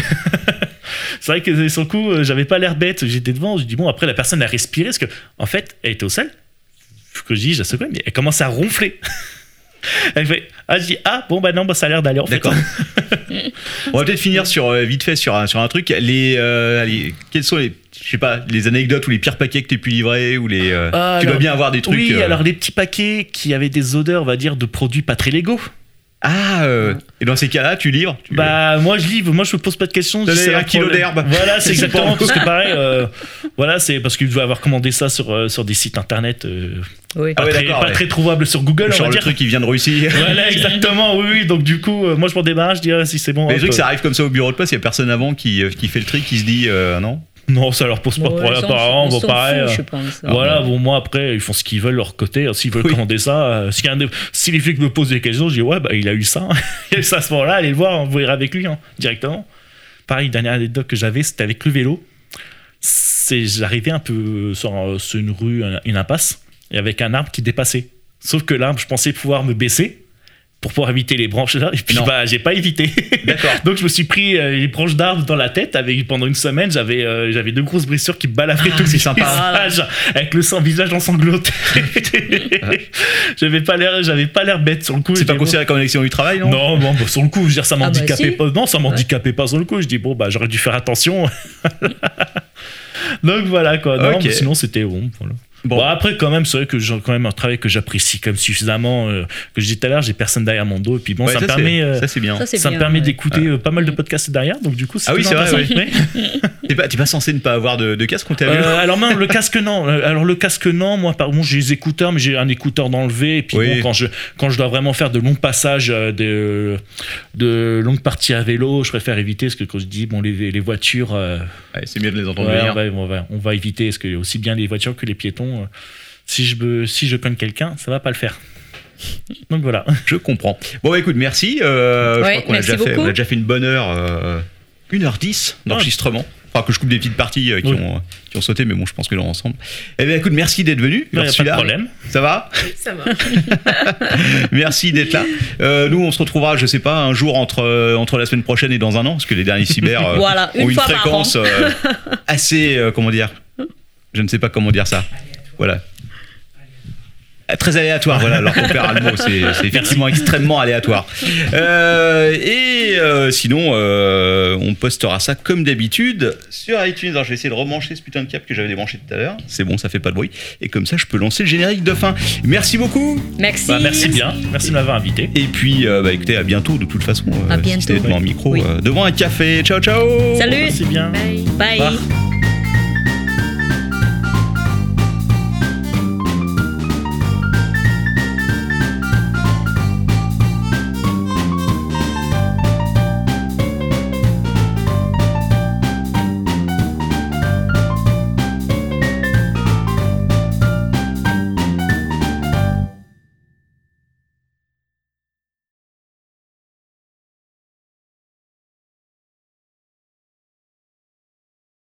c'est vrai que sur le coup, euh, j'avais pas l'air bête. J'étais devant, je dis bon, après la personne a respiré parce que en fait, elle était au sol. Ce que je dis, je la secouais, mais elle commence à ronfler. Elle fait, ah, je dis, ah, bon, bah non, bah ça a l'air d'aller en fait. D'accord. On va peut-être finir sur euh, vite fait sur un, sur un truc. Les, euh, allez, quels sont les, je sais pas, les anecdotes ou les pires paquets que tu as pu livrer ou les. euh, Ah, tu dois alors- bien avoir des trucs. Oui, euh, alors les petits paquets qui avaient des odeurs, on va dire, de produits pas très légaux. Ah, euh, et dans ces cas-là, tu livres. Tu, Bah moi je livre, moi je me pose pas de questions. je dis, Donnez c'est un un kilo problème. d'herbe. Voilà, c'est C'est exactement pas- parce que pareil, euh, voilà, c'est parce qu'il doit avoir commandé ça sur euh, sur des sites internet, euh, Oui. pas, Ah ouais, très, d'accord, pas ouais. très trouvables sur Google, on genre va le dire. truc qui vient de Russie. Voilà, exactement, oui, oui. Donc du coup, euh, moi je m'en débarrasse, je dis ah, si c'est bon. Mais les hop, trucs, ça euh, arrive comme ça au bureau de poste. Il y a personne avant qui, euh, qui fait le tri, qui se dit euh, non. Non, ça leur pose pas de Ouais, problème. ils s'en Apparemment, foutent, bon, ils s'en pareil. foutent, euh, je pense. Voilà, bon, moi après, ils font ce qu'ils veulent de leur côté. S'ils veulent Oui. commander ça, euh, si, un des- si les flics me posent des questions, je dis ouais, bah il a eu ça. Il a eu ça à ce moment-là, allez le voir, vous verrez avec lui hein, directement. Pareil, dernière anecdote que j'avais, c'était avec le vélo. C'est, j'arrivais un peu sur, euh, sur une rue, une impasse, et avec un arbre qui dépassait. Sauf que l'arbre, je pensais pouvoir me baisser. pour pouvoir éviter les branches d'arbres. Et puis, Non. bah, j'ai pas évité. D'accord. Donc, je me suis pris euh, les branches d'arbres dans la tête. Avec, pendant une semaine, j'avais, euh, j'avais deux grosses blessures qui me balafraient Ah, tout le c'est sympa. visage, avec le sang, visage ensanglanté. j'avais pas l'air, j'avais pas l'air bête sur le coup. C'est Je pas dis, considéré comme une accident du travail, non? non, bon, bah, sur le coup, je veux dire, ça Ah bah m'handicapait si. pas. Non, ça m'handicapait pas sur le coup. Je dis, bon, bah, j'aurais dû faire attention. Donc voilà, quoi. Non, Ok. mais sinon, c'était bon. Voilà. Bon. Bon, après, quand même, c'est vrai que j'ai quand même un travail que j'apprécie quand même suffisamment. Euh, que je disais tout à l'heure, j'ai personne derrière mon dos. Et puis bon, Ouais, ça, me ça, permet, c'est- euh, ça, c'est bien. Ça, c'est ça me bien, permet ouais. d'écouter euh, pas mal de podcasts derrière. Donc du coup, c'est Ah oui, toujours c'est vrai, intéressant. Ouais. T'es pas, t'es pas censé ne pas avoir de, de casque, on t'a vu? Euh, alors non, le casque non. Euh, Alors le casque non. Moi, par contre, j'ai les écouteurs, mais j'ai un écouteur d'enlever. Et puis Oui. bon, quand je quand je dois vraiment faire de longs passages, euh, de de longues parties à vélo, je préfère éviter parce que quand je dis bon les, les voitures, euh, Ouais, c'est mieux de les entendre ouais, venir. on, va, on, va, on va éviter parce que aussi bien les voitures que les piétons. euh, si je me, si je cogne quelqu'un, ça va pas le faire. Donc voilà. Je comprends. Bon, bah, écoute, merci. Euh, je Ouais, crois qu'on a merci déjà, fait, beaucoup. on a déjà fait une bonne heure, euh, une heure dix d'enregistrement. Enfin, que je coupe des petites parties euh, qui, Oui. ont, qui ont sauté, mais bon, je pense que l'on ensemble. Eh bien, écoute, merci d'être venu. Il n'y a Merci pas de là. problème. Ça va? Ça va. Merci d'être là. Euh, nous, on se retrouvera, je sais pas, un jour entre, euh, entre la semaine prochaine et dans un an, parce que les derniers cyber euh, Voilà, ont une une fois par fréquence an. euh, assez, euh, comment dire, je ne sais pas comment dire ça. Voilà. Euh, Très aléatoire, voilà, alors qu'on perd le mot, c'est c'est effectivement extrêmement aléatoire. Euh, et euh, sinon, euh, on postera ça comme d'habitude sur iTunes. Alors je vais essayer de rebrancher ce putain de câble que j'avais débranché tout à l'heure. C'est bon, ça fait pas de bruit. Et comme ça, je peux lancer le générique de fin. Merci beaucoup. Merci. Bah, merci bien. Merci de m'avoir invité. Et puis, euh, bah, écoutez, à bientôt de toute façon. À si bientôt. c'était devant un micro, Oui. euh, devant un café. Ciao, ciao. Salut. Merci bien. Bye. Bye. Au revoir.